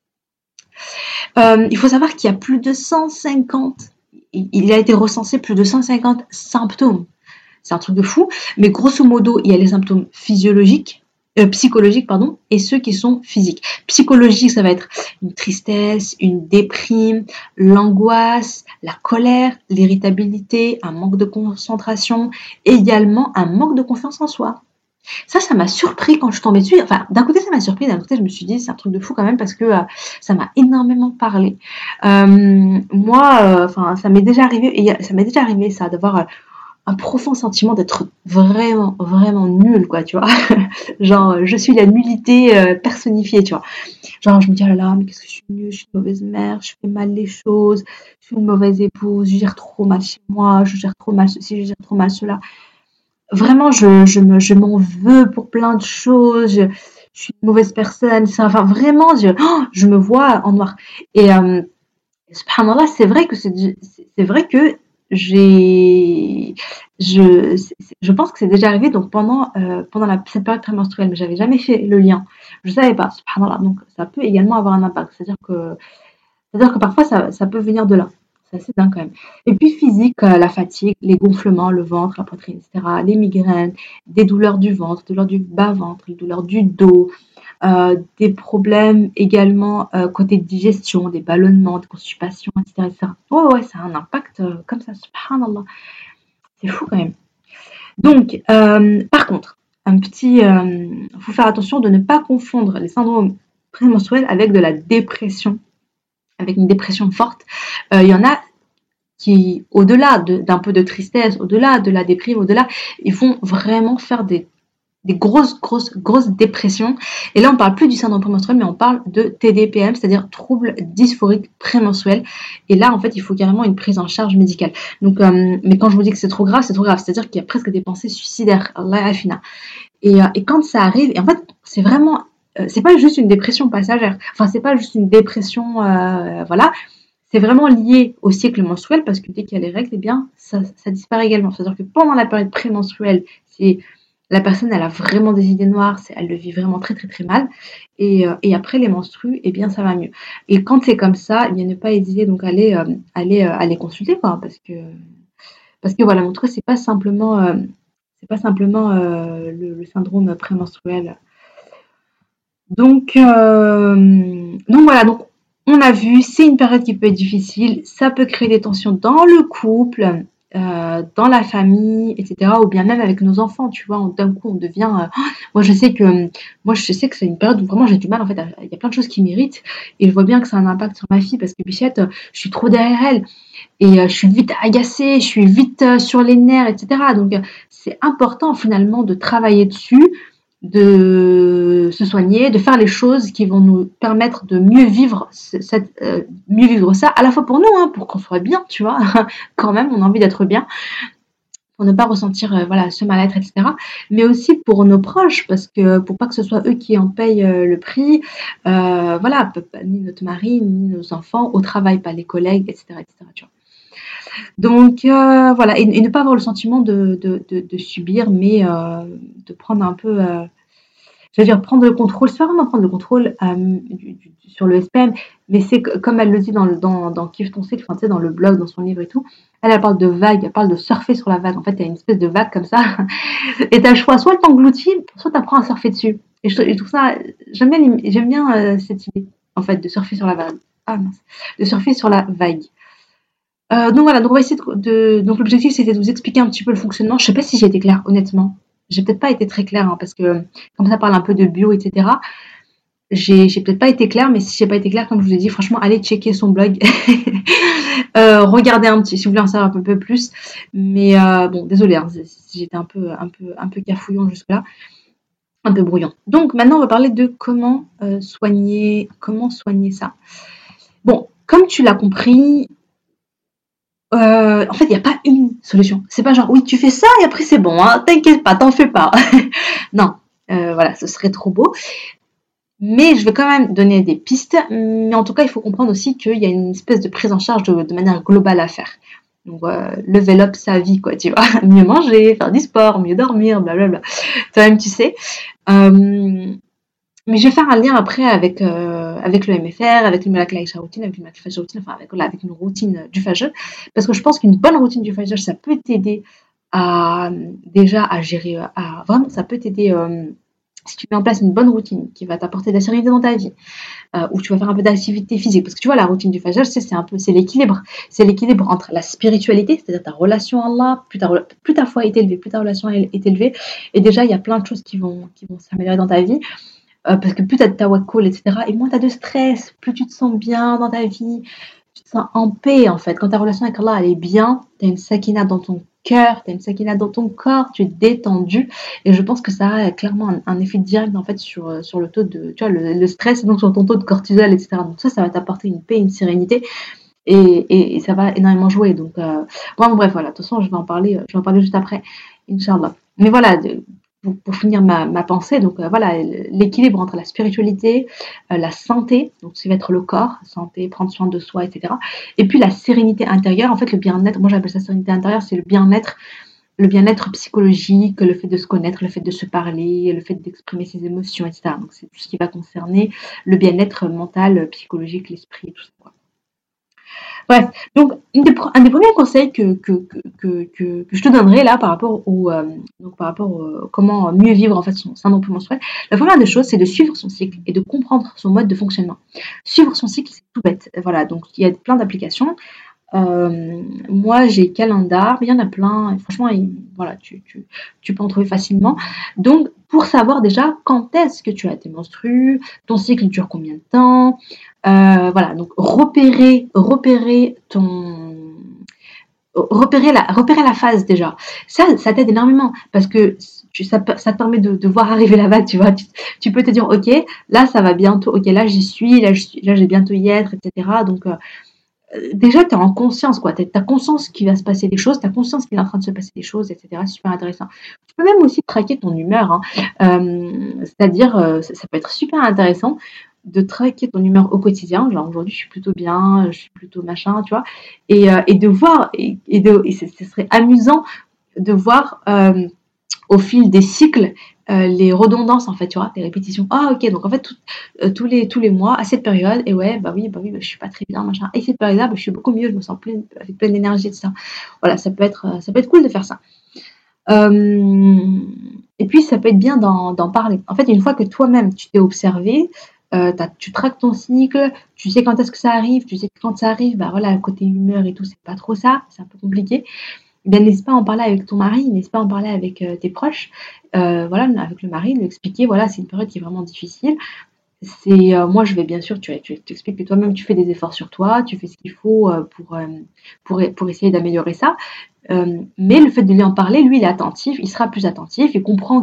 Il faut savoir qu'il y a plus de 150, il a été recensé plus de 150 symptômes. C'est un truc de fou, mais grosso modo, il y a les symptômes psychologiques, pardon, et ceux qui sont physiques. Psychologique, ça va être une tristesse, une déprime, l'angoisse, la colère, l'irritabilité, un manque de concentration, et également un manque de confiance en soi. Ça m'a surpris quand je suis tombée dessus. Enfin, d'un côté, ça m'a surpris, d'un côté, je me suis dit, c'est un truc de fou quand même parce que ça m'a énormément parlé. Moi, enfin, ça m'est déjà arrivé, ça, d'avoir un profond sentiment d'être vraiment, vraiment nulle, quoi, tu vois. Genre, je suis la nullité personnifiée, tu vois. Genre, je me dis, oh là là, mais qu'est-ce que je suis nulle, je suis une mauvaise mère, je fais mal les choses, je suis une mauvaise épouse, je gère trop mal chez moi, je gère trop mal ceci, je gère trop mal cela. Vraiment, je m'en veux pour plein de choses. Je suis une mauvaise personne. Enfin, vraiment, je me vois en noir. Et subhanallah, c'est vrai que j'ai, je pense que c'est déjà arrivé. Donc pendant cette période prémenstruelle, mais j'avais jamais fait le lien. Je savais pas, subhanallah. Donc ça peut également avoir un impact. C'est-à-dire que parfois ça peut venir de là. C'est assez dingue quand même. Et puis physique, la fatigue, les gonflements, le ventre, la poitrine, etc. Les migraines, des douleurs du ventre, douleurs du bas-ventre, les douleurs du dos, des problèmes également côté digestion, des ballonnements, des constipations, etc. etc. Oh ouais, ça a un impact comme ça, subhanallah. C'est fou quand même. Donc, par contre, faut faire attention de ne pas confondre les syndromes prémenstruels avec de la dépression, avec une dépression forte. Il y en a qui, au-delà d'un peu de tristesse, au-delà de la déprime, au-delà, ils vont vraiment faire des des grosses dépressions. Et là, on parle plus du syndrome prémenstruel, mais on parle de TDPM, c'est-à-dire troubles dysphoriques prémenstruels. Et là, en fait, il faut carrément une prise en charge médicale. Donc, mais quand je vous dis que c'est trop grave, c'est trop grave. C'est-à-dire qu'il y a presque des pensées suicidaires. Allah afina. Et quand ça arrive, et en fait, c'est vraiment, c'est pas juste une dépression passagère. Enfin, c'est pas juste une dépression, voilà. C'est vraiment lié au cycle menstruel parce que dès qu'il y a les règles, eh bien, ça disparaît également. C'est-à-dire que pendant la période prémenstruelle, c'est la personne, elle a vraiment des idées noires, elle le vit vraiment très très très mal. Et après les menstrues, eh bien, ça va mieux. Et quand c'est comme ça, eh bien, ne pas hésiter donc à aller consulter, quoi, parce que voilà, menstruer, c'est pas simplement le syndrome prémenstruel. Donc voilà, donc on a vu, c'est une période qui peut être difficile, ça peut créer des tensions dans le couple, dans la famille, etc. Ou bien même avec nos enfants, tu vois, d'un coup on devient. Moi je sais que c'est une période où vraiment j'ai du mal, en fait, il y a plein de choses qui m'irritent, et je vois bien que ça a un impact sur ma fille parce que Bichette, je suis trop derrière elle, et je suis vite agacée, je suis vite sur les nerfs, etc. Donc c'est important finalement de travailler dessus, de se soigner, de faire les choses qui vont nous permettre de mieux vivre ça, à la fois pour nous, hein, pour qu'on soit bien, tu vois, quand même, on a envie d'être bien, pour ne pas ressentir voilà, ce mal-être, etc. Mais aussi pour nos proches, parce que pour pas que ce soit eux qui en payent le prix, voilà, ni notre mari, ni nos enfants, au travail, pas les collègues, etc. etc. Tu vois. Donc voilà, et ne pas avoir le sentiment de subir, mais de prendre un peu je veux dire, prendre le contrôle, c'est pas vraiment prendre le contrôle sur le SPM, mais c'est comme elle le dit dans Kiffe ton cycle, enfin, tu sais, dans le blog, dans son livre et tout, elle parle de vague, elle parle de surfer sur la vague. En fait, il y a une espèce de vague comme ça, et t'as le choix, soit elle t'engloutit, soit t'apprends à surfer dessus. Et je trouve ça, j'aime bien cette idée, en fait, de surfer sur la vague. Ah mince, de surfer sur la vague. Donc voilà, donc on va essayer donc l'objectif c'était de vous expliquer un petit peu le fonctionnement. Je sais pas si j'ai été claire, honnêtement. J'ai peut-être pas été très claire, hein, parce que comme ça parle un peu de bio, etc. J'ai peut-être pas été claire, mais si j'ai pas été claire, comme je vous ai dit, franchement, allez checker son blog. Regardez un petit, si vous voulez en savoir un peu plus. Mais bon, désolé, hein, si j'étais un peu cafouillon jusque-là, un peu brouillon. Donc maintenant, on va parler de comment soigner ça. Bon, comme tu l'as compris, en fait, il n'y a pas une solution. C'est pas genre, oui, tu fais ça et après c'est bon, hein, t'inquiète pas, t'en fais pas. Non, voilà, ce serait trop beau. Mais je vais quand même donner des pistes. Mais en tout cas, il faut comprendre aussi qu'il y a une espèce de prise en charge de manière globale à faire. Donc, level up sa vie, quoi, tu vois. Mieux manger, faire du sport, mieux dormir, blablabla. Toi-même, tu sais. Mais je vais faire un lien après avec le MFR, avec le Malak Laïcha routine, avec le Malak Fajr routine, enfin avec une routine du Fajr. Parce que je pense qu'une bonne routine du Fajr, ça peut t'aider déjà à gérer, vraiment, ça peut t'aider si tu mets en place une bonne routine qui va t'apporter de la sérénité dans ta vie, où tu vas faire un peu d'activité physique. Parce que tu vois, la routine du Fajr, c'est l'équilibre. C'est l'équilibre entre la spiritualité, c'est-à-dire ta relation à Allah, plus ta foi est élevée, plus ta relation est élevée. Et déjà, il y a plein de choses qui vont s'améliorer dans ta vie. Parce que plus tu as de tawakkul, etc., et moins tu as de stress, plus tu te sens bien dans ta vie, tu te sens en paix, en fait. Quand ta relation avec Allah, elle est bien, tu as une sakina dans ton cœur, tu as une sakina dans ton corps, tu es détendu, et je pense que ça a clairement un effet direct, en fait, sur le taux de, tu vois, le stress, et donc sur ton taux de cortisol, etc. Donc ça va t'apporter une paix, une sérénité, et ça va énormément jouer. Donc, bon, bref, voilà, de toute façon, je vais en parler juste après, Inch'Allah. Mais voilà, pour finir ma pensée, donc voilà, l'équilibre entre la spiritualité, la santé, donc ce qui va être le corps, santé, prendre soin de soi, etc. Et puis la sérénité intérieure, en fait le bien-être, moi j'appelle ça sérénité intérieure, c'est le bien-être psychologique, le fait de se connaître, le fait de se parler, le fait d'exprimer ses émotions, etc. Donc c'est tout ce qui va concerner le bien-être mental, psychologique, l'esprit, tout ça, quoi. Bref, donc un des premiers conseils que je te donnerai là par rapport au comment mieux vivre en fait son syndrome prémenstruel, la première des choses c'est de suivre son cycle et de comprendre son mode de fonctionnement. Suivre son cycle, c'est tout bête. Voilà, donc il y a plein d'applications. Moi j'ai Calendar, il y en a plein, et franchement voilà, tu peux en trouver facilement. Donc pour savoir déjà quand est-ce que tu as tes menstrues, ton cycle dure combien de temps, voilà, donc repérer la phase déjà. Ça t'aide énormément parce que ça te permet de voir arriver la vague, tu vois. Tu peux te dire, ok, là ça va bientôt, ok, là j'y suis, là je vais bientôt y être, etc. Donc déjà, tu es en conscience, quoi. Tu as conscience qu'il va se passer des choses, tu as conscience qu'il est en train de se passer des choses, etc. C'est super intéressant. Tu peux même aussi traquer ton humeur, hein. C'est-à-dire, ça peut être super intéressant de traquer ton humeur au quotidien. Genre, aujourd'hui, je suis plutôt bien, je suis plutôt machin, tu vois. Et de voir, ce serait amusant de voir au fil des cycles les redondances, en fait, tu vois, des répétitions. Ah, ok, donc en fait, tous les mois, à cette période, et ouais, bah oui, je suis pas très bien, machin. Et cette période-là, je suis beaucoup mieux, je me sens avec pleine d'énergie, etc. Voilà, ça peut être cool de faire ça. Et puis, ça peut être bien d'en parler. En fait, une fois que toi-même, tu t'es observé, tu traques ton cycle, tu sais quand est-ce que ça arrive, tu sais que quand ça arrive, bah voilà, côté humeur et tout, c'est pas trop ça, c'est un peu compliqué. Eh bien, n'hésite pas à en parler avec ton mari, n'hésite pas à en parler avec tes proches, voilà, avec le mari, lui expliquer, voilà, c'est une période qui est vraiment difficile. Moi, je vais bien sûr, tu t'expliques que toi-même, tu fais des efforts sur toi, tu fais ce qu'il faut pour essayer d'améliorer ça. Mais le fait de lui en parler, lui, il est attentif, il sera plus attentif, il comprend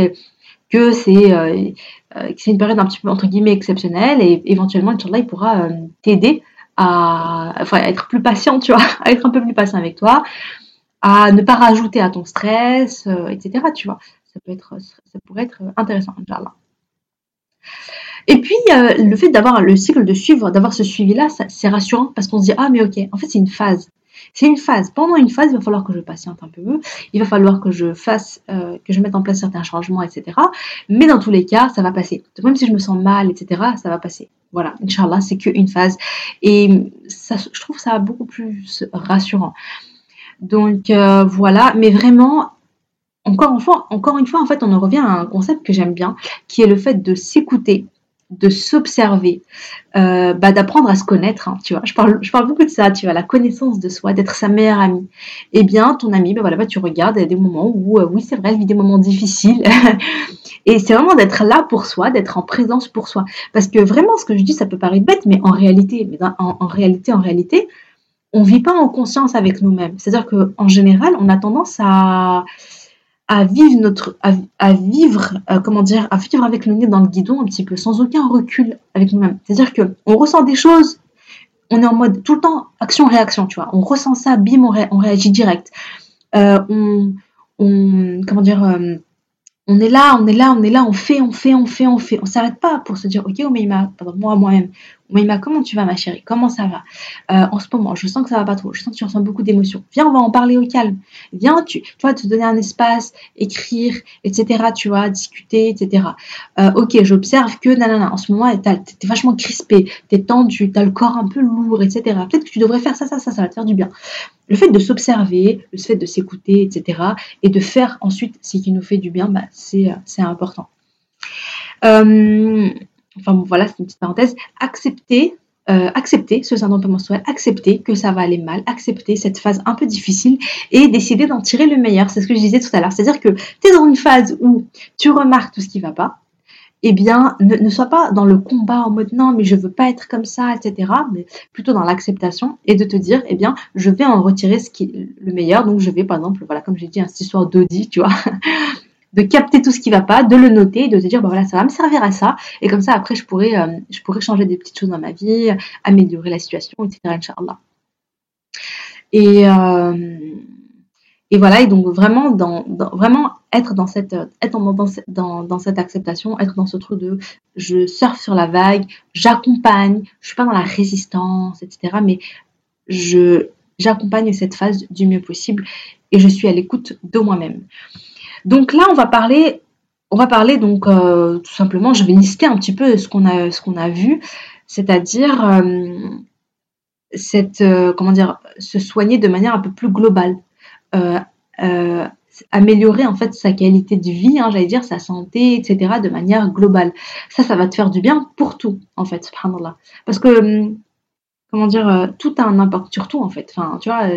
que c'est une période un petit peu entre guillemets exceptionnelle et éventuellement, Inch'Allah, il pourra t'aider à être plus patient, tu vois, à être un peu plus patient avec toi, à ne pas rajouter à ton stress, etc. Tu vois, ça pourrait être intéressant, Inch'Allah. Et puis, le fait d'avoir le cycle de suivre, d'avoir ce suivi-là, c'est rassurant parce qu'on se dit, ah, mais ok, en fait, c'est une phase. C'est une phase. Pendant une phase, il va falloir que je patiente un peu, il va falloir que je mette en place certains changements, etc. Mais dans tous les cas, ça va passer. Donc, même si je me sens mal, etc., ça va passer. Voilà, Inch'Allah, c'est qu'une phase. Et ça, je trouve ça beaucoup plus rassurant. Donc, voilà. Mais vraiment, encore une fois, en fait, on en revient à un concept que j'aime bien, qui est le fait de s'écouter, de s'observer, d'apprendre à se connaître, hein, tu vois. Je parle beaucoup de ça, tu vois, la connaissance de soi, d'être sa meilleure amie. Eh bien, ton amie, tu regardes, il y a des moments où, oui, c'est vrai, elle vit des moments difficiles. Et c'est vraiment d'être là pour soi, d'être en présence pour soi. Parce que vraiment, ce que je dis, ça peut paraître bête, mais en réalité, on ne vit pas en conscience avec nous-mêmes. C'est-à-dire qu'en général, on a tendance à vivre avec le nez dans le guidon un petit peu, sans aucun recul avec nous-mêmes. C'est-à-dire que on ressent des choses, on est en mode tout le temps action-réaction, tu vois. On ressent ça, bim, on réagit direct. Comment dire, on fait. On s'arrête pas pour se dire, ok, Omeima, pardon, moi-même, Omeima, comment tu vas, ma chérie? Comment ça va? En ce moment, je sens que ça va pas trop. Je sens que tu ressens beaucoup d'émotions. Viens, on va en parler au calme. Viens, tu vois, te donner un espace, écrire, etc., tu vois, discuter, etc. Ok, j'observe que, nanana, en ce moment, t'es vachement crispé, t'es tendu, t'as le corps un peu lourd, etc. Peut-être que tu devrais faire ça va te faire du bien. Le fait de s'observer, le fait de s'écouter, etc., et de faire ensuite ce qui nous fait du bien, c'est important. Enfin bon, voilà, c'est une petite parenthèse. Accepter ce syndrome prémenstruel, accepter que ça va aller mal, accepter cette phase un peu difficile et décider d'en tirer le meilleur. C'est ce que je disais tout à l'heure. C'est-à-dire que tu es dans une phase où tu remarques tout ce qui ne va pas, eh bien, ne sois pas dans le combat en mode non, mais je veux pas être comme ça, etc. Mais plutôt dans l'acceptation et de te dire, eh bien, je vais en retirer ce qui est le meilleur. Donc, je vais, par exemple, voilà, comme j'ai dit, cette histoire d'audit, tu vois, de capter tout ce qui va pas, de le noter, de te dire, bah voilà, ça va me servir à ça. Et comme ça, après, je pourrais changer des petites choses dans ma vie, améliorer la situation, etc. Inch'Allah. Et, et voilà, et donc vraiment, vraiment être dans cette acceptation, être dans ce truc de je surfe sur la vague, j'accompagne, je suis pas dans la résistance, etc. Mais j'accompagne cette phase du mieux possible et je suis à l'écoute de moi-même. Donc là, on va parler donc tout simplement, je vais lister un petit peu ce qu'on a vu, c'est-à-dire comment dire, se soigner de manière un peu plus globale. Euh, euh, Améliorer en fait sa qualité de vie, hein, j'allais dire sa santé, etc. de manière globale. Ça va te faire du bien pour tout, en fait, subhanallah. Parce que, comment dire, tout a un impact sur tout, en fait. Enfin, tu vois,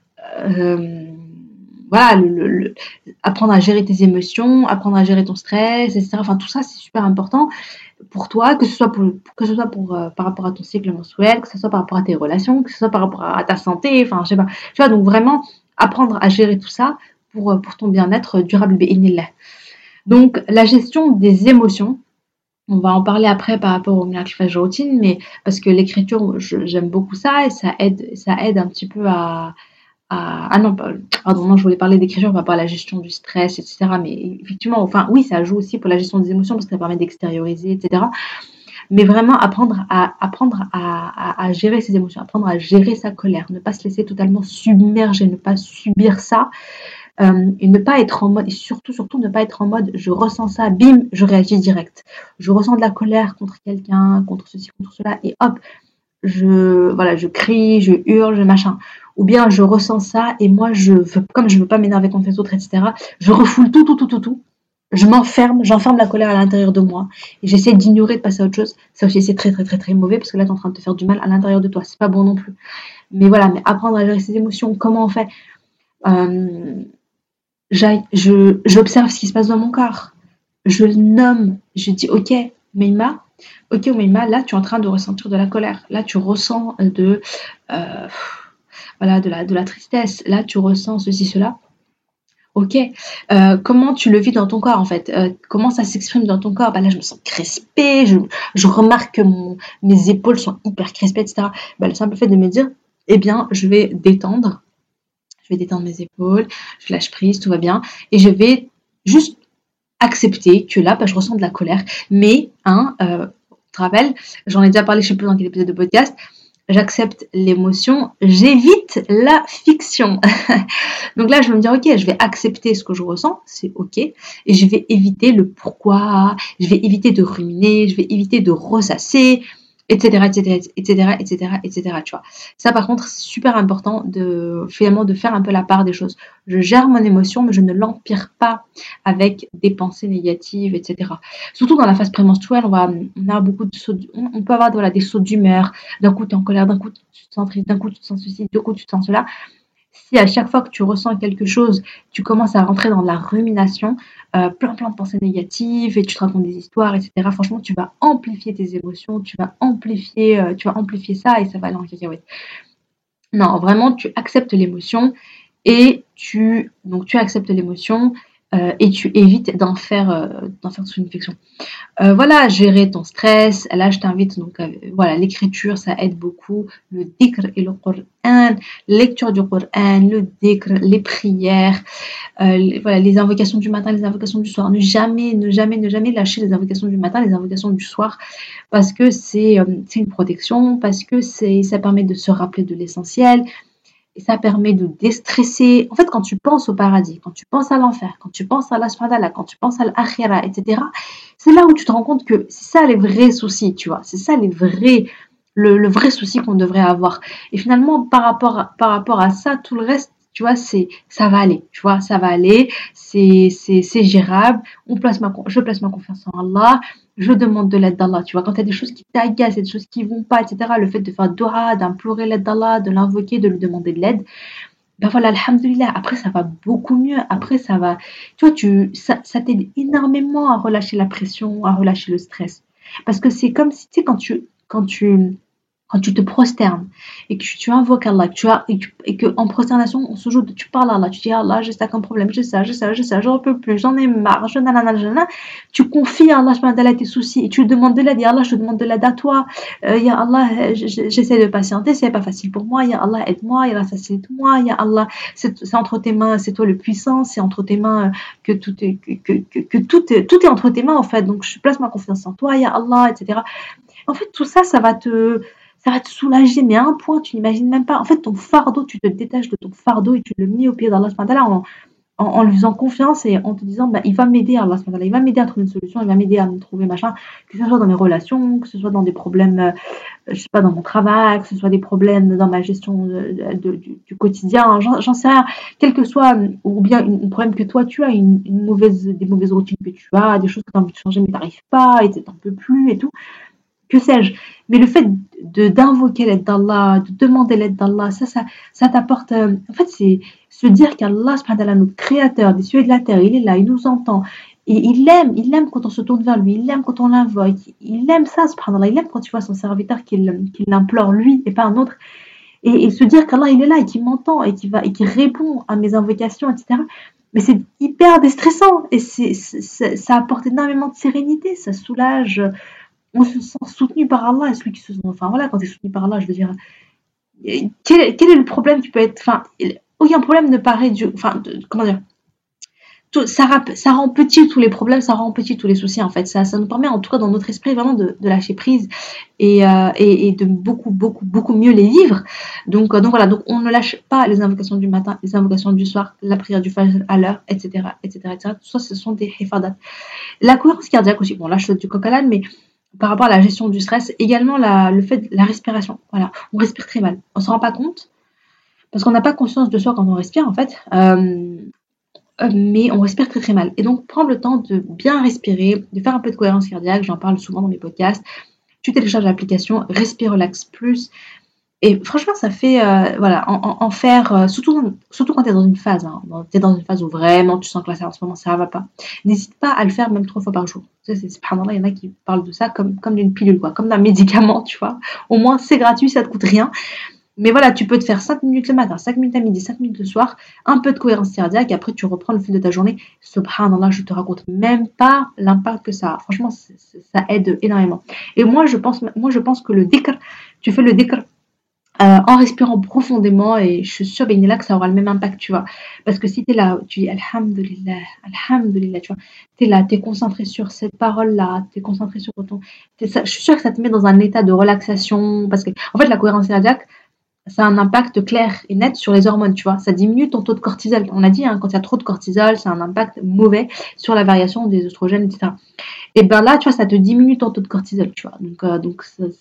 voilà, apprendre à gérer tes émotions, apprendre à gérer ton stress, etc. Enfin, tout ça, c'est super important pour toi, que ce soit par rapport à ton cycle menstruel, que ce soit par rapport à tes relations, que ce soit par rapport à ta santé, enfin, je sais pas. Tu vois, donc vraiment, apprendre à gérer tout ça pour ton bien-être durable, bi'idhnillah. Donc, la gestion des émotions, on va en parler après par rapport au miracle Fajr routine, mais parce que l'écriture, j'aime beaucoup ça et ça aide un petit peu ah non, pardon, non, je voulais parler d'écriture par rapport à la gestion du stress, etc. Mais effectivement, enfin, oui, ça joue aussi pour la gestion des émotions parce que ça permet d'extérioriser, etc. Mais vraiment apprendre à gérer ses émotions, apprendre à gérer sa colère, ne pas se laisser totalement submerger, ne pas subir ça, et ne pas être en mode, et surtout ne pas être en mode je ressens ça, bim, je réagis direct. Je ressens de la colère contre quelqu'un, contre ceci, contre cela, et hop, je crie, je hurle, je machin. Ou bien je ressens ça et moi comme je veux pas m'énerver contre les autres, etc. Je refoule tout. J'enferme la colère à l'intérieur de moi et j'essaie d'ignorer, de passer à autre chose. Ça aussi c'est très mauvais parce que là t'es en train de te faire du mal à l'intérieur de toi. C'est pas bon non plus. Mais voilà, mais apprendre à gérer ses émotions, comment on fait euh, j'observe ce qui se passe dans mon corps. Je le nomme, je dis ok, Meima, ok Meima, là tu es en train de ressentir de la colère, là tu ressens euh, voilà, de la tristesse, là tu ressens ceci, cela. Ok, comment tu le vis dans ton corps en fait, comment ça s'exprime dans ton corps, bah là je me sens crispée, je remarque que mes épaules sont hyper crispées, etc. Bah, le simple fait de me dire, eh bien je vais détendre mes épaules, je lâche prise, tout va bien, et je vais juste accepter que là, bah, je ressens de la colère, mais, tu te rappelles, j'en ai déjà parlé, je sais plus dans quel épisode de podcast, j'accepte l'émotion, j'évite la fiction. Donc là, je vais me dire, ok, je vais accepter ce que je ressens, c'est ok, et je vais éviter le pourquoi, je vais éviter de ruminer, je vais éviter de ressasser, etc., tu vois. Ça, par contre, c'est super important finalement, de faire un peu la part des choses. Je gère mon émotion, mais je ne l'empire pas avec des pensées négatives, etc. Surtout dans la phase prémenstruelle, on a beaucoup de on peut avoir voilà, des sauts d'humeur. D'un coup, tu es en colère, d'un coup, tu te sens triste, d'un coup, tu te sens ceci, d'un coup, tu te sens cela. Si à chaque fois que tu ressens quelque chose, tu commences à rentrer dans la rumination, plein de pensées négatives et tu te racontes des histoires, etc. Franchement, tu vas amplifier tes émotions, tu vas amplifier ça et ça va aller en cacahuète. Non, vraiment, tu acceptes l'émotion et tu acceptes l'émotion et tu évites d'en faire une fiction. Voilà, gérer ton stress. Là, je t'invite donc, voilà, l'écriture, ça aide beaucoup. Le dhikr et le Coran, lecture du Coran, le dhikr, les prières, voilà, les invocations du matin, les invocations du soir. Ne jamais lâcher les invocations du matin, les invocations du soir, parce que c'est une protection, parce que ça permet de se rappeler de l'essentiel, et ça permet de déstresser. En fait, quand tu penses au paradis, quand tu penses à l'enfer, quand tu penses à l'asfadala, quand tu penses à l'akhira, etc., c'est là où tu te rends compte que c'est ça les vrais soucis, tu vois. C'est ça le vrai souci qu'on devrait avoir. Et finalement, par rapport à ça, tout le reste, tu vois, ça va aller, tu vois, ça va aller, c'est gérable. Je place ma confiance en Allah, je demande de l'aide d'Allah, tu vois, quand il y a des choses qui t'agacent, il y a des choses qui vont pas, etc., le fait de faire dua, d'implorer l'aide d'Allah, de l'invoquer, de lui demander de l'aide, ben voilà, alhamdoulilah, après ça va beaucoup mieux, après ça va, tu vois, ça t'aide énormément à relâcher la pression, à relâcher le stress. Parce que c'est comme si, tu sais, quand tu te prosternes et que tu invoques Allah, et que en prosternation, on se joue, tu parles à Allah, tu dis Allah, j'ai ça comme problème, j'ai ça, j'en peux plus, j'en ai marre, tu confies à Allah subhanahu wa ta'ala tes soucis et tu lui demandes de l'aide, ya Allah, je te demande de l'aide à toi, ya Allah, j'essaie de patienter, c'est pas facile pour moi, ya Allah, aide-moi, ya Allah, facilite-moi, ya Allah, c'est entre tes mains, c'est toi le puissant, c'est entre tes mains que tout est entre tes mains en fait, donc je place ma confiance en toi, ya Allah, etc. En fait, tout ça, ça va te soulager, mais à un point, tu n'imagines même pas. En fait, ton fardeau, tu te détaches de ton fardeau et tu le mets au pied d'Allah subhanahu wa ta'ala en lui faisant confiance et en te disant, bah, il va m'aider, Allah subhanahu wa ta'ala, il va m'aider à trouver une solution, il va m'aider à me trouver machin, que ce soit dans mes relations, que ce soit dans des problèmes, je sais pas, dans mon travail, que ce soit des problèmes dans ma gestion du quotidien, j'en sais rien, quel que soit, ou bien un problème que toi tu as, des mauvaises routines que tu as, des choses que tu as envie de changer mais tu n'arrives pas, et tu n'en peux plus et tout, que sais-je. Mais le fait d'invoquer l'aide d'Allah, de demander l'aide d'Allah, ça t'apporte. En fait, c'est se dire qu'Allah, subhanahu wa ta'ala, notre créateur des cieux et de la terre, il est là, il nous entend. Et il aime quand on se tourne vers lui, il aime quand on l'invoque, il aime ça, subhanallah, il aime quand tu vois son serviteur qu'il l'implore lui et pas un autre. Et se dire qu'Allah, il est là et qu'il m'entend et qu'il répond à mes invocations, etc. Mais c'est hyper déstressant et ça apporte énormément de sérénité, ça soulage. On se sent soutenu par Allah. Et celui qui se sent, enfin voilà, quand tu es soutenu par Allah, je veux dire, quel est le problème qui peut être, enfin, aucun problème ne paraît, enfin, comment dire, ça rend petit tous les problèmes, ça rend petit tous les soucis en fait. Ça nous permet en tout cas dans notre esprit vraiment de lâcher prise et de beaucoup mieux les vivre. Donc voilà, donc on ne lâche pas les invocations du matin, les invocations du soir, la prière du fajr à l'heure, etc. Tout ça, ce sont des hifadat. La cohérence cardiaque aussi, bon là je saute du coq à l'âne, mais par rapport à la gestion du stress, également le fait de la respiration. Voilà, on respire très mal, on ne se rend pas compte parce qu'on n'a pas conscience de soi quand on respire en fait. Mais on respire très très mal. Et donc, prendre le temps de bien respirer, de faire un peu de cohérence cardiaque, j'en parle souvent dans mes podcasts. Tu télécharges l'application Respire Relax Plus. Et franchement, ça fait, voilà, en faire, surtout quand tu es dans une phase, hein, tu es dans une phase où vraiment tu sens que là, en ce moment, ça va pas. N'hésite pas à le faire même 3 fois par jour. Subhanallah, il y en a qui parlent de ça comme d'une pilule, quoi, comme d'un médicament, tu vois. Au moins, c'est gratuit, ça te coûte rien. Mais voilà, tu peux te faire 5 minutes le matin, 5 minutes à midi, 5 minutes le soir, un peu de cohérence cardiaque, et après tu reprends le fil de ta journée. Subhanallah, je te raconte même pas l'impact que ça a. Franchement, ça aide énormément. Et moi, je pense que le dhikr, tu fais le dhikr en respirant profondément, et je suis sûre, là, que ça aura le même impact, tu vois. Parce que si tu es là, tu dis Alhamdulillah, Alhamdulillah, tu vois, tu es là, tu es concentré sur cette parole-là, tu es concentré sur ton. Je suis sûre que ça te met dans un état de relaxation, parce que, en fait, la cohérence cardiaque, ça a un impact clair et net sur les hormones, tu vois. Ça diminue ton taux de cortisol. On a dit, hein, quand il y a trop de cortisol, ça a un impact mauvais sur la variation des oestrogènes, etc. Et ben là, tu vois, ça te diminue ton taux de cortisol, tu vois. Donc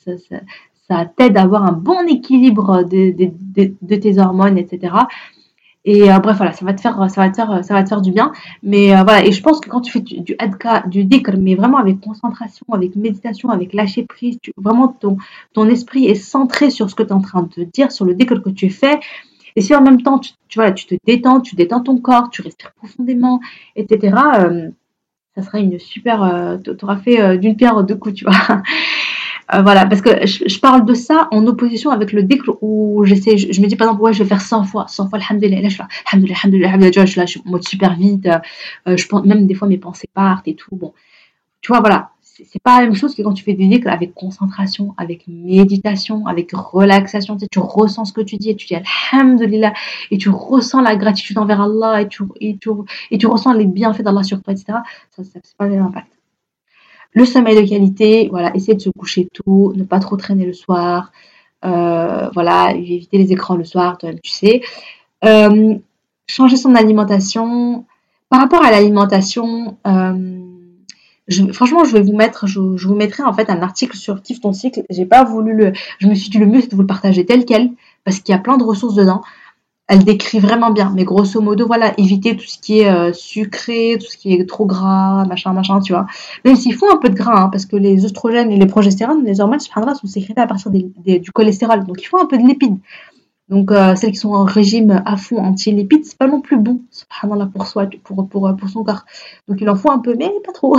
ça t'aide à avoir un bon équilibre de tes hormones, etc. Et bref, voilà, ça va te faire du bien. Mais voilà, et je pense que quand tu fais du adka, du dhikr, mais vraiment avec concentration, avec méditation, avec lâcher prise, vraiment ton esprit est centré sur ce que tu es en train de dire, sur le dhikr que tu fais. Et si en même temps, vois, tu te détends, tu détends ton corps, tu respires profondément, etc., ça sera une super. Tu auras fait d'une pierre deux coups, tu vois. Voilà, parce que je parle de ça en opposition avec le dhikr où je me dis par exemple, ouais, je vais faire 100 fois, alhamdoulilah, là je fais alhamdoulilah, alhamdoulilah, alhamdoulilah, tu vois, je suis en mode super vite, je pense, même des fois mes pensées partent et tout, bon, tu vois, voilà, c'est pas la même chose que quand tu fais des dhikr avec concentration, avec méditation, avec relaxation, tu ressens ce que tu dis et tu dis alhamdoulilah, et tu ressens la gratitude envers Allah et tu ressens les bienfaits d'Allah sur toi, etc. Ça c'est pas le même impact. Le sommeil de qualité, voilà, essayer de se coucher tôt, ne pas trop traîner le soir, voilà, éviter les écrans le soir, toi-même tu sais. Euh, Changer son alimentation. Par rapport à l'alimentation, franchement, je vous mettrai en fait un article sur Kiffe ton cycle. J'ai pas voulu je me suis dit le mieux c'est de vous le partager tel quel parce qu'il y a plein de ressources dedans. Elle décrit vraiment bien, mais grosso modo, voilà, éviter tout ce qui est sucré, tout ce qui est trop gras, machin, tu vois. Même s'il faut un peu de gras, hein, parce que les oestrogènes et les progestérones, les hormones, subhanallah, sont sécrétées à partir du cholestérol. Donc il faut un peu de lipides. Donc celles qui sont en régime à fond anti-lipides, c'est pas non plus bon, subhanallah, pour soi, pour son corps. Donc il en faut un peu, mais pas trop.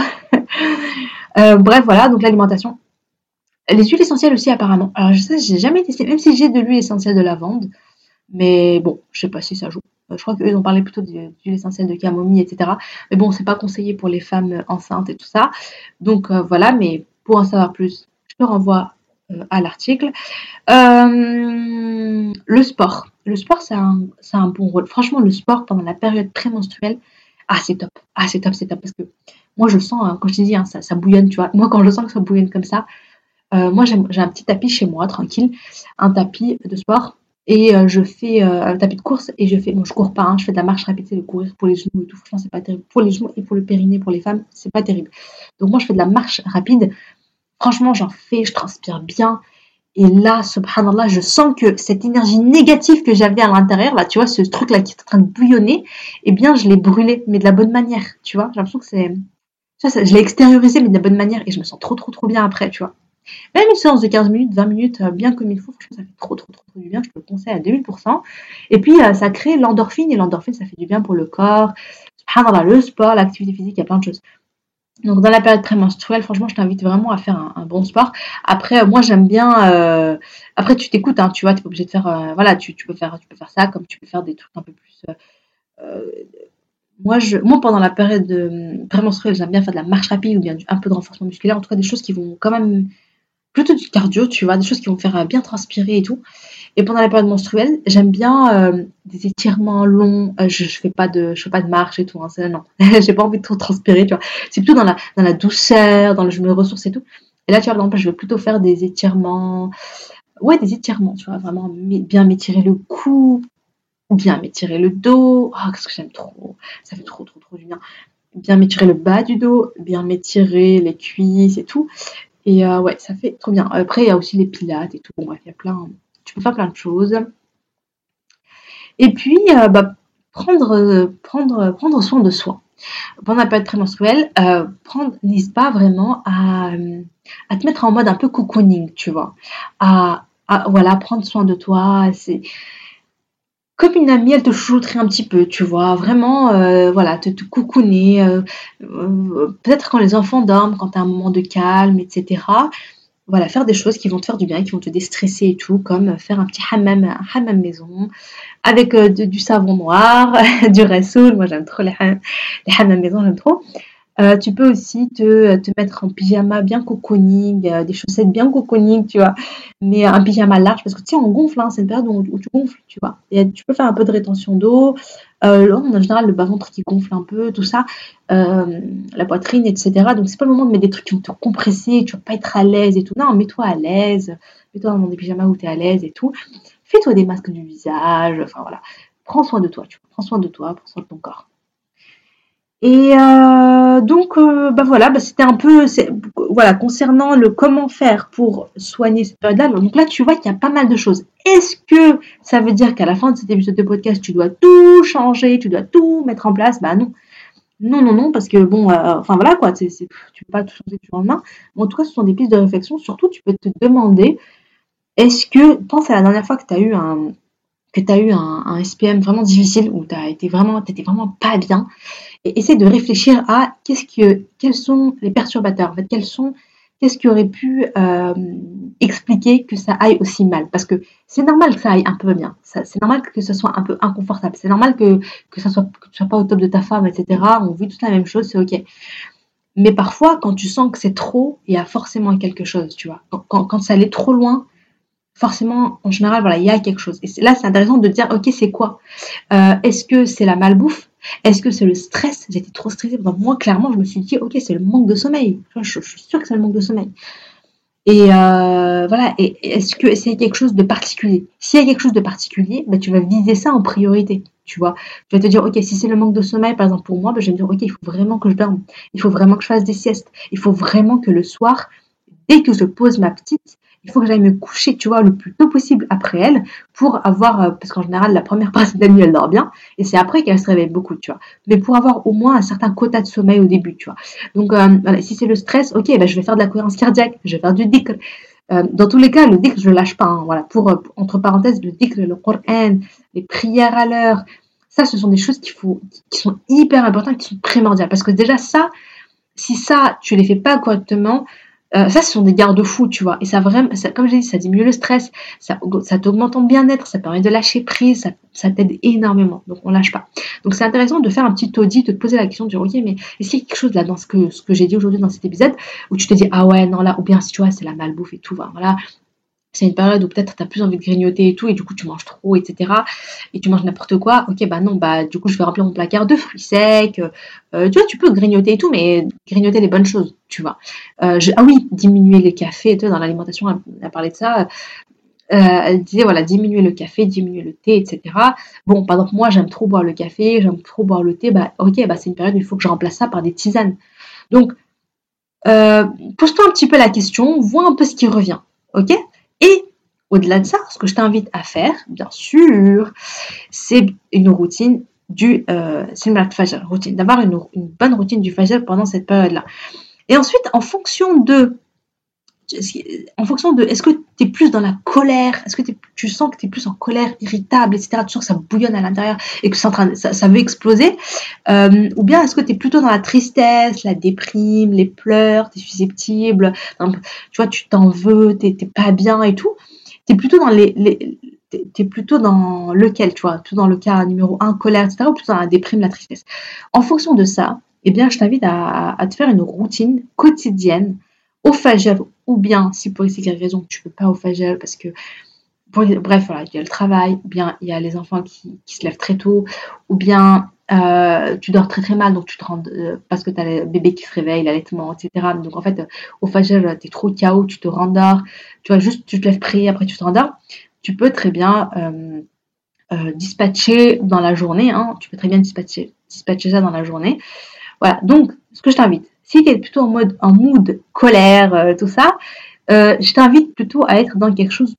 Bref, voilà, donc l'alimentation. Les huiles essentielles aussi, apparemment. Alors je sais, j'ai jamais testé, même si j'ai de l'huile essentielle de lavande. Mais bon, je sais pas si ça joue. Je crois qu'eux, ils ont parlé plutôt d'huile essentielle de camomille, etc. Mais bon, c'est pas conseillé pour les femmes enceintes et tout ça. Donc voilà, mais pour en savoir plus, je te renvoie à l'article. Le sport. Le sport, c'est un bon rôle. Franchement, le sport pendant la période prémenstruelle, ah, c'est top. Ah, c'est top. Parce que moi, je sens, hein, quand je te dis, hein, ça bouillonne, tu vois. Moi, quand je sens que ça bouillonne comme ça, moi, j'ai un petit tapis chez moi, tranquille, un tapis de sport. Et je fais un tapis de course et bon, je cours pas, hein, je fais de la marche rapide, c'est le courir pour les genoux et tout. Franchement, c'est pas terrible. Pour les genoux et pour le périnée, pour les femmes, c'est pas terrible. Donc moi, je fais de la marche rapide. Franchement, j'en fais, je transpire bien. Et là, subhanallah, je sens que cette énergie négative que j'avais à l'intérieur, là, tu vois, ce truc-là qui est en train de bouillonner, eh bien, je l'ai brûlé, mais de la bonne manière, tu vois. J'ai l'impression que je l'ai extériorisé, mais de la bonne manière, et je me sens trop bien après, tu vois. Même une séance de 15 minutes, 20 minutes, bien comme il faut, franchement, ça fait trop du bien, je te le conseille à 2000%. Et puis, ça crée l'endorphine, et l'endorphine, ça fait du bien pour le corps. Subhanallah, le sport, l'activité physique, il y a plein de choses. Donc, dans la période prémenstruelle, franchement, je t'invite vraiment à faire un bon sport. Après, moi, j'aime bien. Après, tu t'écoutes, hein, tu vois, tu n'es pas obligé de faire. Voilà, tu peux faire ça, comme tu peux faire des trucs un peu plus. Euh, Moi, pendant la période prémenstruelle, j'aime bien faire de la marche rapide ou bien un peu de renforcement musculaire, en tout cas des choses qui vont quand même plutôt du cardio, tu vois, des choses qui vont me faire bien transpirer et tout. Et pendant la période menstruelle, j'aime bien des étirements longs. Je fais pas de marche et tout. Hein, non, j'ai pas envie de trop transpirer, tu vois. C'est plutôt dans la douceur, je me ressource et tout. Et là, tu vois, par exemple, je vais plutôt faire des étirements. Ouais, des étirements, tu vois, vraiment bien m'étirer le cou, ou bien m'étirer le dos. Ah, qu'est-ce que j'aime trop. Ça fait trop, trop, trop du bien. Bien m'étirer le bas du dos, bien m'étirer les cuisses et tout. Et ouais, ça fait trop bien. Après, il y a aussi les pilates et tout. Bon, bref, il y a plein. Tu peux faire plein de choses. Et puis, prendre soin de soi. Pendant la période prémenstruelle, n'hésite pas vraiment à te mettre en mode un peu cocooning, tu vois. Voilà, prendre soin de toi. C'est comme une amie, elle te chouchouterait un petit peu, tu vois. Vraiment, voilà, te cocooner. Peut-être quand les enfants dorment, quand tu as un moment de calme, etc. Voilà, faire des choses qui vont te faire du bien, qui vont te déstresser et tout, comme faire un hammam maison, avec du savon noir, du rassoul. Moi, j'aime trop les hammams maison, j'aime trop. Tu peux aussi te mettre en pyjama bien cocooning, des chaussettes bien cocooning, tu vois. Mais un pyjama large, parce que tu sais, on gonfle, hein, c'est une période où tu gonfles, tu vois. Et tu peux faire un peu de rétention d'eau. En général, le bas-ventre qui gonfle un peu, tout ça, la poitrine, etc. Donc, c'est pas le moment de mettre des trucs qui vont te compresser, tu vas pas être à l'aise et tout. Non, mets-toi à l'aise, mets-toi dans des pyjamas où tu es à l'aise et tout. Fais-toi des masques du visage, enfin voilà. Prends soin de toi, tu vois. Prends soin de toi, prends soin de ton corps. Et donc, voilà, c'était un peu, voilà, concernant le comment faire pour soigner cette période-là. Donc là, tu vois qu'il y a pas mal de choses. Est-ce que ça veut dire qu'à la fin de cet épisode de podcast, tu dois tout changer, tu dois tout mettre en place? Bah non. Non, non, non, parce que bon, enfin voilà quoi, tu peux pas tout changer du jour au lendemain. Mais en tout cas, ce sont des pistes de réflexion. Surtout, tu peux te demander, pense à la dernière fois que tu as eu un SPM vraiment difficile, où t'étais vraiment pas bien, et essaie de réfléchir à quels sont les perturbateurs, en fait, qu'est-ce qui aurait pu expliquer que ça aille aussi mal. Parce que c'est normal que ça aille un peu bien, c'est normal que ce soit un peu inconfortable, c'est normal que tu sois pas au top de ta forme, etc. On vit toute la même chose, c'est ok. Mais parfois, quand tu sens que c'est trop, il y a forcément quelque chose, tu vois. Quand ça allait trop loin, forcément, en général, voilà, il y a quelque chose. Et là, c'est intéressant de dire, ok, c'est quoi? Est-ce que c'est la malbouffe? Est-ce que c'est le stress? J'étais trop stressée. Donc, moi, clairement, je me suis dit, ok, c'est le manque de sommeil. Je suis sûre que c'est le manque de sommeil. Et voilà. Et est-ce que c'est quelque chose de particulier? S'il y a quelque chose de particulier, bah, tu vas viser ça en priorité. Tu vois, tu vas te dire, ok, si c'est le manque de sommeil, par exemple pour moi, bah, je vais me dire, ok, il faut vraiment que je dorme, il faut vraiment que je fasse des siestes, il faut vraiment que le soir, dès que je pose ma petite, il faut que j'aille me coucher, tu vois, le plus tôt possible après elle, pour avoir, parce qu'en général, la première partie de la nuit, elle dort bien, et c'est après qu'elle se réveille beaucoup, tu vois. Mais pour avoir au moins un certain quota de sommeil au début, tu vois. Donc, voilà, si c'est le stress, ok, ben, je vais faire de la cohérence cardiaque, je vais faire du dhikr. Dans tous les cas, le dhikr, je ne lâche pas, hein, voilà. Entre parenthèses, le dhikr, le Coran, les prières à l'heure, ça, ce sont des choses qui sont hyper importantes, qui sont primordiales. Parce que déjà, si ça, tu les fais pas correctement, ça, ce sont des garde-fous, tu vois. Et comme j'ai dit, ça diminue le stress, ça t'augmente ton bien-être, ça permet de lâcher prise, ça t'aide énormément. Donc, on lâche pas. Donc, c'est intéressant de faire un petit audit, de te poser la question, de dire, ok, mais est-ce qu'il y a quelque chose là dans ce que j'ai dit aujourd'hui dans cet épisode, où tu te dis, ah ouais, non, là, ou bien si tu vois, c'est la malbouffe et tout, voilà, c'est une période où peut-être tu as plus envie de grignoter et tout, et du coup tu manges trop, etc. Et tu manges n'importe quoi, ok, bah non, bah du coup je vais remplir mon placard de fruits secs. Tu vois, tu peux grignoter et tout, mais grignoter les bonnes choses, tu vois. Ah oui, diminuer les cafés, tu vois, dans l'alimentation, elle a parlé de ça. Elle disait, voilà, diminuer le café, diminuer le thé, etc. Bon, par exemple, moi j'aime trop boire le café, j'aime trop boire le thé, bah ok, bah c'est une période où il faut que je remplace ça par des tisanes. Donc, euh, pose-toi un petit peu la question, vois un peu ce qui revient, ok? Et au-delà de ça, ce que je t'invite à faire, bien sûr, c'est une routine Simrat Fajr, d'avoir une bonne routine du Fajr pendant cette période-là. Et ensuite, est-ce que tu es plus dans la colère, est-ce que tu sens que tu es plus en colère, irritable, etc., tu sens que ça bouillonne à l'intérieur et que ça veut exploser, ou bien est-ce que tu es plutôt dans la tristesse, la déprime, les pleurs, tu es susceptible, tu vois, tu t'en veux, t'es pas bien et tout, tu es plutôt dans t'es plutôt dans lequel, tu vois, plutôt dans le cas numéro un, colère, etc., ou plutôt dans la déprime, la tristesse. En fonction de ça, eh bien, je t'invite à te faire une routine quotidienne au Fajr, ou bien, si pour X raison, tu peux pas au Fajr, parce que, bref, voilà, il y a le travail, ou bien il y a les enfants qui se lèvent très tôt, ou bien tu dors très très mal, donc tu te rends, parce que tu as le bébé qui se réveille, l'allaitement, etc. Donc en fait, au Fajr, tu es trop KO, tu te rendors, tu vois, juste tu te lèves prier, après tu te rendors. Tu peux très bien dispatcher dans la journée, hein, tu peux très bien dispatcher ça dans la journée. Voilà, donc ce que je t'invite, si tu es plutôt en mood colère, tout ça, je t'invite plutôt à être dans quelque chose où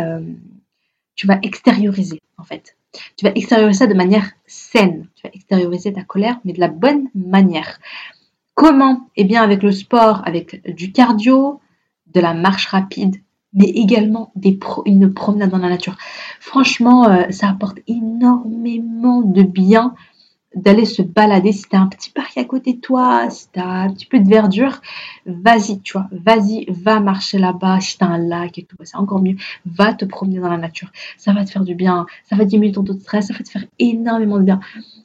tu vas extérioriser, en fait. Tu vas extérioriser ça de manière saine. Tu vas extérioriser ta colère, mais de la bonne manière. Comment? Eh bien, avec le sport, avec du cardio, de la marche rapide, mais également une promenade dans la nature. Franchement, ça apporte énormément de bien d'aller se balader. Si tu as un petit parc à côté de toi, si tu as un petit peu de verdure, vas-y, tu vois, vas-y, va marcher là-bas. Si tu as un lac et tout, c'est encore mieux. Va te promener dans la nature. Ça va te faire du bien, ça va diminuer ton taux de stress, ça va te faire énormément de bien.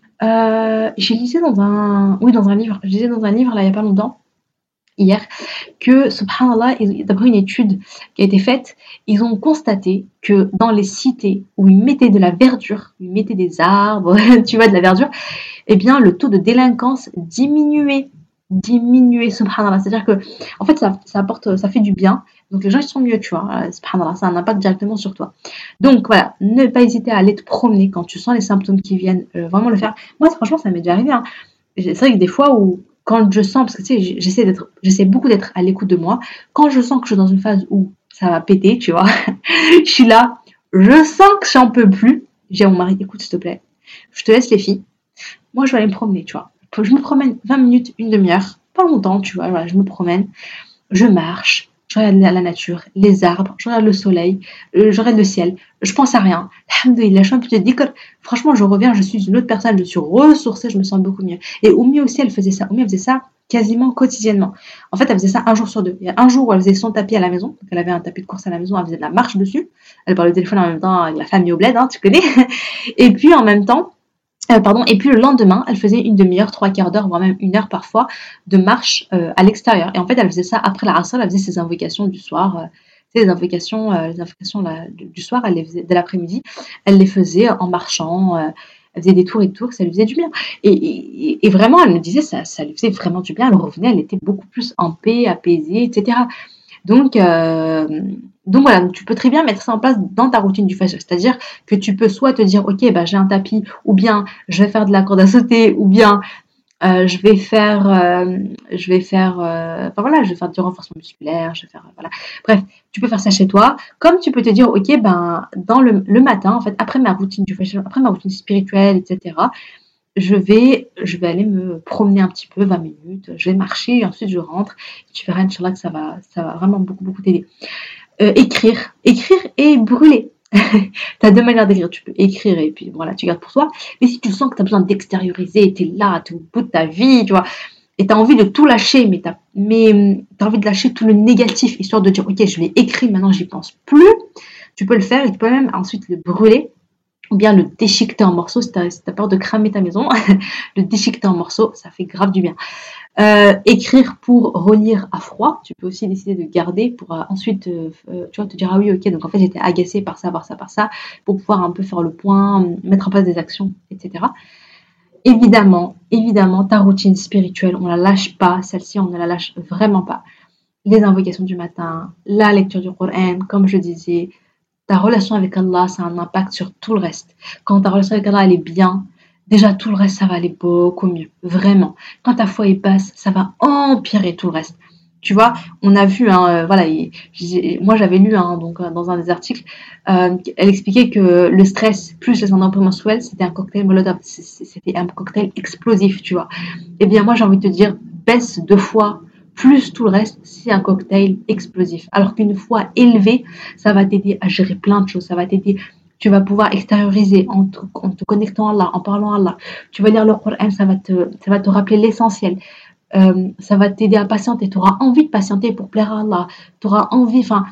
J'ai lisé dans un livre, je lisais dans un livre là il n'y a pas longtemps, hier, que, subhanallah, d'après une étude qui a été faite, ils ont constaté que dans les cités où ils mettaient de la verdure, ils mettaient des arbres, tu vois, de la verdure, eh bien, le taux de délinquance diminuait. Diminuait, subhanallah. C'est-à-dire que, en fait, ça apporte, ça fait du bien. Donc, les gens, ils sont mieux, tu vois. Subhanallah, ça a un impact directement sur toi. Donc, voilà, ne pas hésiter à aller te promener quand tu sens les symptômes qui viennent, vraiment le faire. Moi, franchement, ça m'est déjà arrivé, hein. C'est vrai que des fois où, quand je sens, parce que tu sais, j'essaie beaucoup d'être à l'écoute de moi. Quand je sens que je suis dans une phase où ça va péter, tu vois, je suis là, je sens que j'en peux plus. J'ai à mon mari, écoute, s'il te plaît, je te laisse les filles. Moi, je vais aller me promener, tu vois. Je me promène 20 minutes, une demi-heure, pas longtemps, tu vois. Voilà, je me promène, je marche, je regarde la nature, les arbres, je regarde le soleil, je regarde le ciel, je pense à rien. Alhamdoulilah, je suis un peu de dhikr. Franchement, je reviens, je suis une autre personne, je suis ressourcée, je me sens beaucoup mieux. Et Oumi aussi, elle faisait ça. Oumi, elle faisait ça quasiment quotidiennement. En fait, elle faisait ça un jour sur deux. Il y a un jour où elle faisait son tapis à la maison, donc elle avait un tapis de course à la maison, elle faisait de la marche dessus. Elle parlait au téléphone en même temps avec la famille au bled, hein, tu connais. Et puis en même temps, et puis le lendemain, elle faisait une demi-heure, trois quarts d'heure, voire même une heure parfois, de marche à l'extérieur. Et en fait, elle faisait ça après la Asr, elle faisait ses invocations du soir. Les invocations là, du soir, elle les faisait de l'après-midi, elle les faisait en marchant, elle faisait des tours et des tours, ça lui faisait du bien. Et vraiment, elle me disait, ça lui faisait vraiment du bien, elle revenait, elle était beaucoup plus en paix, apaisée, etc. Donc, euh, donc voilà, donc tu peux très bien mettre ça en place dans ta routine du fajr. C'est-à-dire que tu peux soit te dire, ok, bah, j'ai un tapis, ou bien je vais faire de la corde à sauter, ou bien enfin voilà, je vais faire du renforcement musculaire, je vais faire, voilà. Bref, tu peux faire ça chez toi. Comme tu peux te dire, ok, ben, dans le matin, en fait, après ma routine du fajr, après ma routine spirituelle, etc., je vais aller me promener un petit peu, 20 minutes, je vais marcher, et ensuite je rentre. Tu verras, Inch'Allah, que ça va vraiment beaucoup, beaucoup t'aider. Écrire et brûler. Tu as deux manières d'écrire. Tu peux écrire et puis voilà, tu gardes pour toi. Mais si tu sens que tu as besoin d'extérioriser, tu es là, tu es au bout de ta vie, tu vois, et tu as envie de tout lâcher, mais tu as envie de lâcher tout le négatif, histoire de dire, ok, je l'ai écrit, maintenant j'y pense plus, tu peux le faire et tu peux même ensuite le brûler ou bien le déchiqueter en morceaux si tu as peur de cramer ta maison. Le déchiqueter en morceaux, ça fait grave du bien. Écrire pour relire à froid. Tu peux aussi décider de garder pour ensuite, tu vois, te dire ah oui, ok, donc en fait j'étais agacée par ça, par ça, par ça, pour pouvoir un peu faire le point, mettre en place des actions, etc. Évidemment, ta routine spirituelle, on la lâche pas. Celle-ci, on ne la lâche vraiment pas. Les invocations du matin, la lecture du Coran, comme je disais, ta relation avec Allah, ça a un impact sur tout le reste. Quand ta relation avec Allah, elle est bien, déjà tout le reste, ça va aller beaucoup mieux. Vraiment. Quand ta foi est basse, ça va empirer tout le reste. Tu vois, on a vu, hein, voilà, moi j'avais lu donc, dans un des articles, elle expliquait que le stress plus les syndromes prémenstruels, c'était un cocktail Molotov, c'était un cocktail explosif, tu vois. Eh bien moi j'ai envie de te dire, baisse de foi, plus tout le reste, c'est un cocktail explosif. Alors qu'une foi élevée, ça va t'aider à gérer plein de choses, ça va t'aider, tu vas pouvoir extérioriser en te connectant à Allah, en parlant à Allah. Tu vas lire le Coran, ça va te rappeler l'essentiel. Ça va t'aider à patienter, tu auras envie de patienter pour plaire à Allah, tu auras envie, enfin,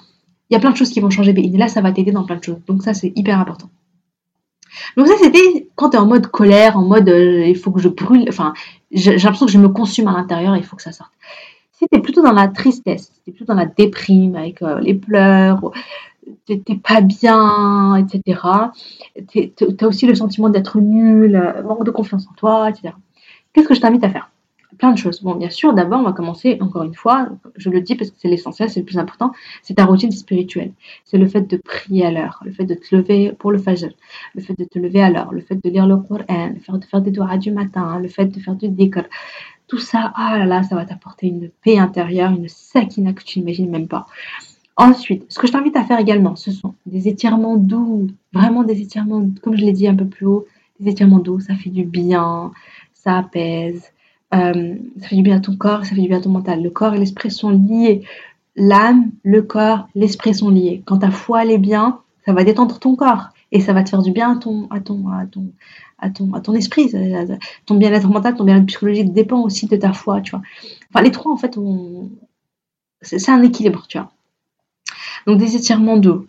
il y a plein de choses qui vont changer. Et là, ça va t'aider dans plein de choses. Donc ça, c'est hyper important. Donc ça, c'était quand tu es en mode colère, en mode il faut que je brûle. Enfin, j'ai l'impression que je me consume à l'intérieur et il faut que ça sorte. Si tu es plutôt dans la tristesse, si tu es plutôt dans la déprime, avec les pleurs, t'es pas bien, etc. T'as aussi le sentiment d'être nul, manque de confiance en toi, etc. Qu'est-ce que je t'invite à faire? Plein de choses. Bon, bien sûr, d'abord, on va commencer, encore une fois, je le dis parce que c'est l'essentiel, c'est le plus important, c'est ta routine spirituelle. C'est le fait de prier à l'heure, le fait de te lever pour le fajr, le fait de te lever à l'heure, le fait de lire le Coran, le fait de faire des doigts du matin, le fait de faire du dhikr. Tout ça, ah là là, ça va t'apporter une paix intérieure, une sakina que tu n'imagines même pas. Ensuite, ce que je t'invite à faire également, ce sont des étirements doux, vraiment des étirements, comme je l'ai dit un peu plus haut, des étirements doux, ça fait du bien, ça apaise, ça fait du bien à ton corps, ça fait du bien à ton mental. Le corps et l'esprit sont liés. L'âme, le corps, l'esprit sont liés. Quand ta foi elle est bien, ça va détendre ton corps et ça va te faire du bien à ton esprit. Ton bien-être mental, ton bien-être psychologique dépend aussi de ta foi, tu vois. Enfin, les trois, en fait, c'est un équilibre, tu vois. Donc des étirements doux.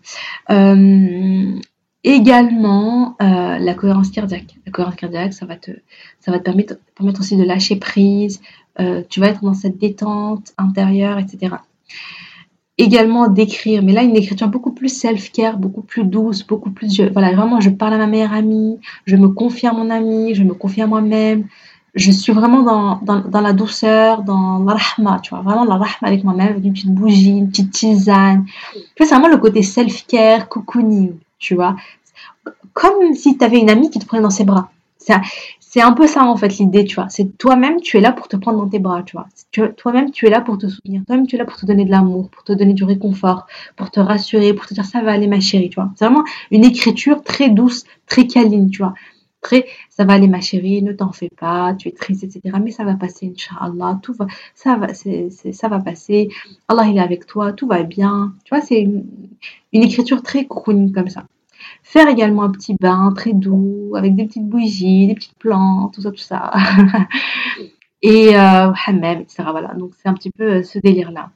Également la cohérence cardiaque. La cohérence cardiaque, ça va te permettre aussi de lâcher prise. Tu vas être dans cette détente intérieure, etc. Également d'écrire, mais là une écriture beaucoup plus self-care, beaucoup plus douce, beaucoup plus, voilà, vraiment je parle à ma meilleure amie, je me confie à mon amie, je me confie à moi-même, je suis vraiment dans la douceur, dans la rahma, tu vois, vraiment la rahma avec moi-même, avec une petite bougie, une petite tisane. Tu vois, c'est vraiment le côté self-care, cocooning, tu vois. Comme si tu avais une amie qui te prenait dans ses bras. C'est un peu ça en fait l'idée, tu vois. C'est toi-même, tu es là pour te prendre dans tes bras, tu vois. Toi-même, tu es là pour te soutenir. Toi-même, tu es là pour te donner de l'amour, pour te donner du réconfort, pour te rassurer, pour te dire ça va aller ma chérie, tu vois. C'est vraiment une écriture très douce, très câline, tu vois. Très, ça va aller ma chérie, ne t'en fais pas, tu es triste, etc. Mais ça va passer, Inch'Allah, ça va passer. Allah il est avec toi, tout va bien. Tu vois, c'est une écriture très cocooning comme ça. Faire également un petit bain très doux avec des petites bougies, des petites plantes, tout ça, tout ça. Et hammam, etc. Voilà, donc c'est un petit peu ce délire-là.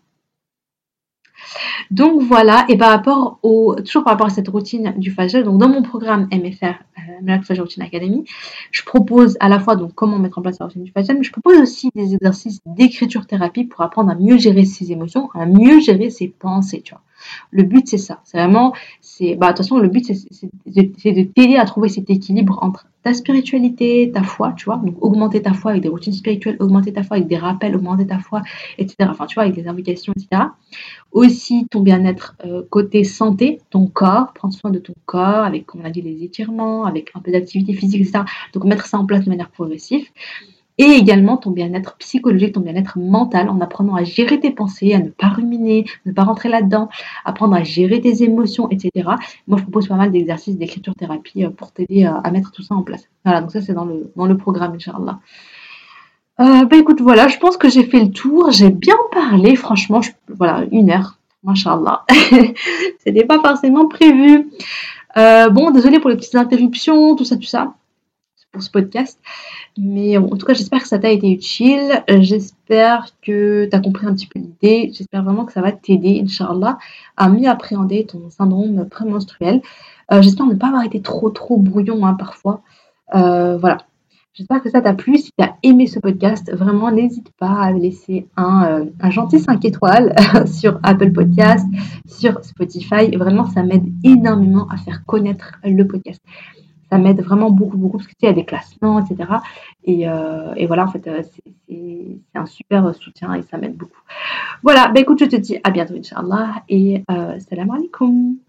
Donc voilà, et toujours par rapport à cette routine du Fajr, donc dans mon programme MFR, Miracle Fajr Routine Academy, je propose à la fois donc comment mettre en place la routine du Fajr, mais je propose aussi des exercices d'écriture thérapie pour apprendre à mieux gérer ses émotions, à mieux gérer ses pensées, tu vois. Le but c'est ça, c'est vraiment, de toute façon le but c'est de t'aider à trouver cet équilibre entre ta spiritualité, ta foi, tu vois, donc augmenter ta foi avec des routines spirituelles, augmenter ta foi avec des rappels, augmenter ta foi, etc. Enfin tu vois, avec des invocations, etc. Aussi ton bien-être côté santé, ton corps, prendre soin de ton corps avec, comme on a dit, les étirements, avec un peu d'activité physique, etc. Donc mettre ça en place de manière progressive. Et également ton bien-être psychologique, ton bien-être mental, en apprenant à gérer tes pensées, à ne pas ruminer, ne pas rentrer là-dedans, apprendre à gérer tes émotions, etc. Moi, je propose pas mal d'exercices d'écriture-thérapie pour t'aider à mettre tout ça en place. Voilà, donc ça, c'est dans le programme, Inch'Allah. Écoute, voilà, je pense que j'ai fait le tour. J'ai bien parlé, franchement, voilà, 1 heure. Masha'Allah. C'était pas forcément prévu. Bon, désolée pour les petites interruptions, tout ça, pour ce podcast. Mais en tout cas, j'espère que ça t'a été utile. J'espère que tu as compris un petit peu l'idée. J'espère vraiment que ça va t'aider, Inch'Allah, à mieux appréhender ton syndrome prémenstruel. J'espère ne pas avoir été trop brouillon parfois. Voilà. J'espère que ça t'a plu. Si tu as aimé ce podcast, vraiment, n'hésite pas à laisser un gentil 5 étoiles sur Apple Podcast, sur Spotify. Vraiment, ça m'aide énormément à faire connaître le podcast. Ça m'aide vraiment beaucoup parce que tu sais, il y a des classements, etc. Et voilà, en fait, c'est un super soutien et ça m'aide beaucoup. Voilà, écoute, je te dis à bientôt, Inch'Allah, et salam alaikum.